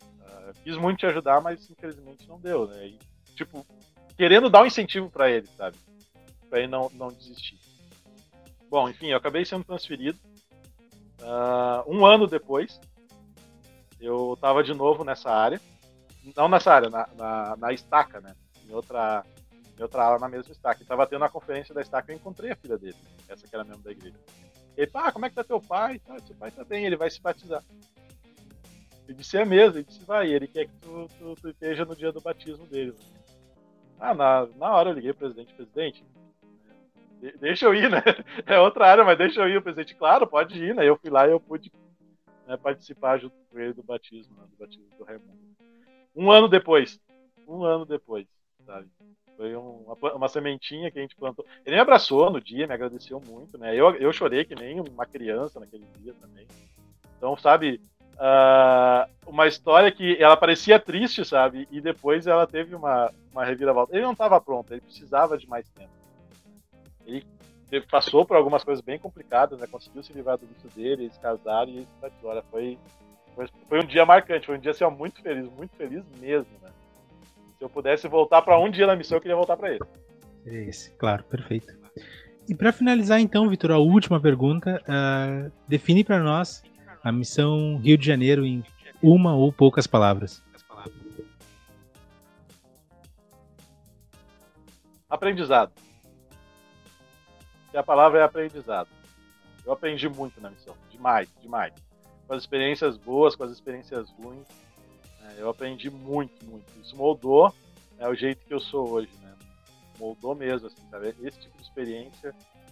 Quis muito te ajudar, mas infelizmente não deu, né? E, tipo, querendo dar um incentivo para ele, sabe? Para ele não desistir. Bom, enfim, eu acabei sendo transferido. Um ano depois, eu tava de novo nessa área. Não nessa área, na estaca, né? Em outra aula na mesma estaca. E tava tendo a conferência da estaca, eu encontrei a filha dele, essa que era membro da igreja. Ele, como é que tá teu pai? Seu pai tá bem, ele vai se batizar. Eu disse, é mesmo? Ele disse, vai, ele quer que tu esteja no dia do batismo dele. Na hora eu liguei pro presidente, deixa eu ir, né? É outra área, mas deixa eu ir. O presidente, claro, pode ir, né? Eu fui lá e eu pude, né, participar junto com ele do batismo, né, do batismo do Raimundo. Um ano depois, sabe? Foi uma sementinha que a gente plantou. Ele me abraçou no dia, me agradeceu muito, né? Eu chorei que nem uma criança naquele dia também. Então, sabe, uma história que ela parecia triste, sabe? E depois ela teve uma reviravolta. Ele não estava pronto, ele precisava de mais tempo. Ele passou por algumas coisas bem complicadas, né? Conseguiu se livrar do vício dele, eles casaram e eles se batizou. Foi um dia marcante, foi um dia assim, muito feliz mesmo, né? Se eu pudesse voltar para um dia na missão, eu queria voltar para ele. Esse, claro, perfeito. E para finalizar então, Vitor, a última pergunta, define para nós a missão Rio de Janeiro em uma ou poucas palavras. Aprendizado. E a palavra é aprendizado. Eu aprendi muito na missão, demais. Com as experiências boas, com as experiências ruins, eu aprendi muito. Isso moldou o jeito que eu sou hoje, né? Moldou mesmo, assim, sabe? Esse tipo de experiência,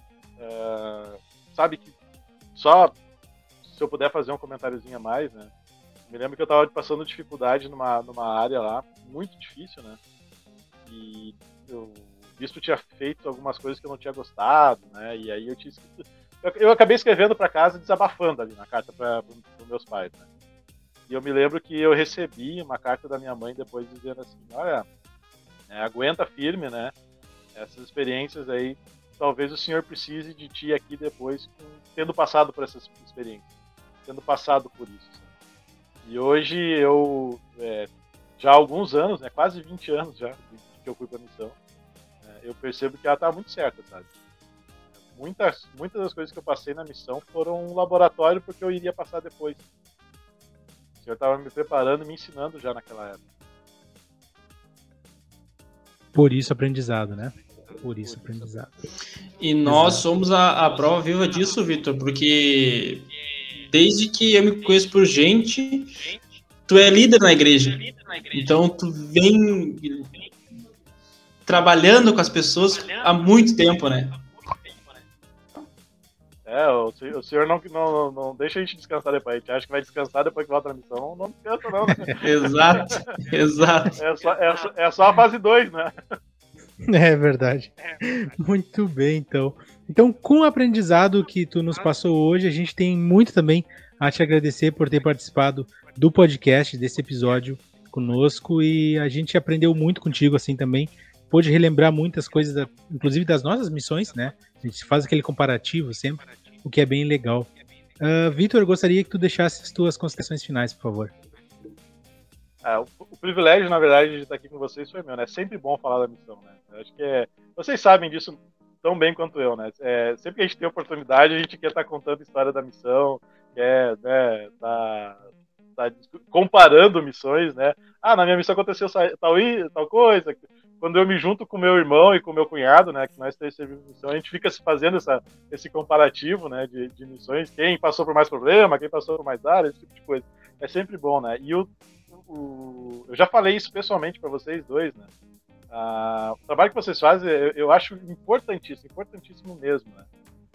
sabe que só se eu puder fazer um comentáriozinho a mais, né? Me lembro que eu estava passando dificuldade numa área lá, muito difícil, né? E o bispo tinha feito algumas coisas que eu não tinha gostado, né? E aí eu acabei escrevendo para casa, desabafando ali na carta para os meus pais, né? E eu me lembro que eu recebi uma carta da minha mãe depois dizendo assim, olha, aguenta firme, né? Essas experiências aí, talvez o senhor precise de ti aqui depois, tendo passado por essas experiências, tendo passado por isso. Sabe? E hoje eu, já há alguns anos, né, quase 20 anos já que eu fui para a missão, eu percebo que ela está muito certa, sabe? Muitas das coisas que eu passei na missão foram um laboratório porque eu iria passar depois. O senhor estava me preparando, me ensinando já naquela época. Por isso aprendizado, né? Por isso aprendizado. E nós somos a prova viva disso, Vitor, porque desde que eu me conheço por gente, tu é líder na igreja. Então tu vem trabalhando com as pessoas há muito tempo, né? O senhor não deixa a gente descansar depois. A gente acha que vai descansar depois que volta na missão. Não descansa, não. Né? Exato. É só a fase 2, né? É verdade. Muito bem, então. Então, com o aprendizado que tu nos passou hoje, a gente tem muito também a te agradecer por ter participado do podcast, desse episódio conosco. E a gente aprendeu muito contigo, assim, também. Pôde relembrar muitas coisas, inclusive das nossas missões, né? A gente faz aquele comparativo sempre, o que é bem legal. Vitor, eu gostaria que tu deixasse as tuas considerações finais, por favor. O privilégio, na verdade, de estar aqui com vocês foi meu, né? É sempre bom falar da missão, né? Eu acho que vocês sabem disso tão bem quanto eu, né? Sempre que a gente tem oportunidade, a gente quer estar contando a história da missão, quer, né, tá comparando missões, né? Na minha missão aconteceu tal coisa. Quando eu me junto com meu irmão e com meu cunhado, né, que nós três servimos missão, a gente fica fazendo esse comparativo, né, de missões, quem passou por mais problema, quem passou por mais área, esse tipo de coisa. É sempre bom, né? E eu já falei isso pessoalmente para vocês dois, né? O trabalho que vocês fazem, eu acho importantíssimo mesmo, né?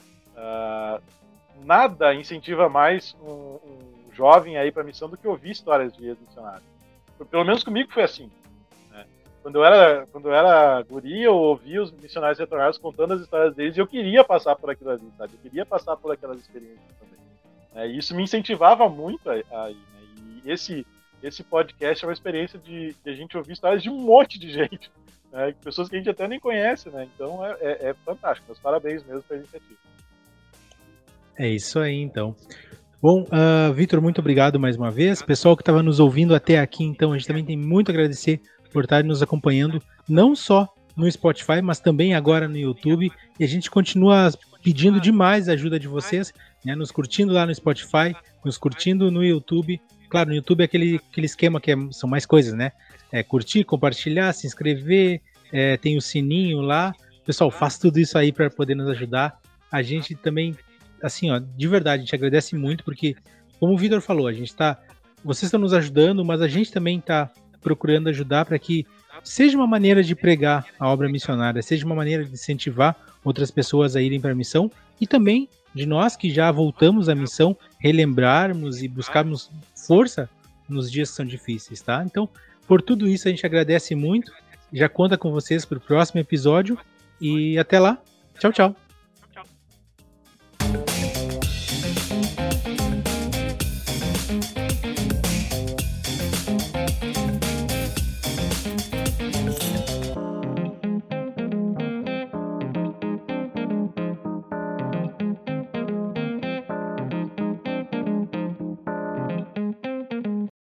Nada incentiva mais um jovem aí para a missão do que ouvir histórias de ex-missionários. Pelo menos comigo foi assim. Quando eu era guri, eu ouvia os missionários retornados contando as histórias deles e eu queria passar por aquilo ali, sabe? Eu queria passar por aquelas experiências também. E isso me incentivava muito aí, né? E esse podcast é uma experiência de a gente ouvir histórias de um monte de gente, né? Pessoas que a gente até nem conhece, né? Então é fantástico. Meus parabéns mesmo pela iniciativa. É isso aí, então. Bom, Vitor, muito obrigado mais uma vez. Pessoal que estava nos ouvindo até aqui, então, a gente também tem muito a agradecer por estar nos acompanhando, não só no Spotify, mas também agora no YouTube. E a gente continua pedindo demais a ajuda de vocês, né, nos curtindo lá no Spotify, nos curtindo no YouTube. Claro, no YouTube é aquele esquema que são mais coisas, né? Curtir, compartilhar, se inscrever, tem o sininho lá. Pessoal, faça tudo isso aí para poder nos ajudar. A gente também, assim, ó, de verdade, a gente agradece muito, porque, como o Vitor falou, vocês estão nos ajudando, mas a gente também está procurando ajudar para que seja uma maneira de pregar a obra missionária, seja uma maneira de incentivar outras pessoas a irem para a missão, e também de nós que já voltamos à missão, relembrarmos e buscarmos força nos dias que são difíceis, tá? Então, por tudo isso, a gente agradece muito, já conta com vocês para o próximo episódio, e até lá, tchau, tchau!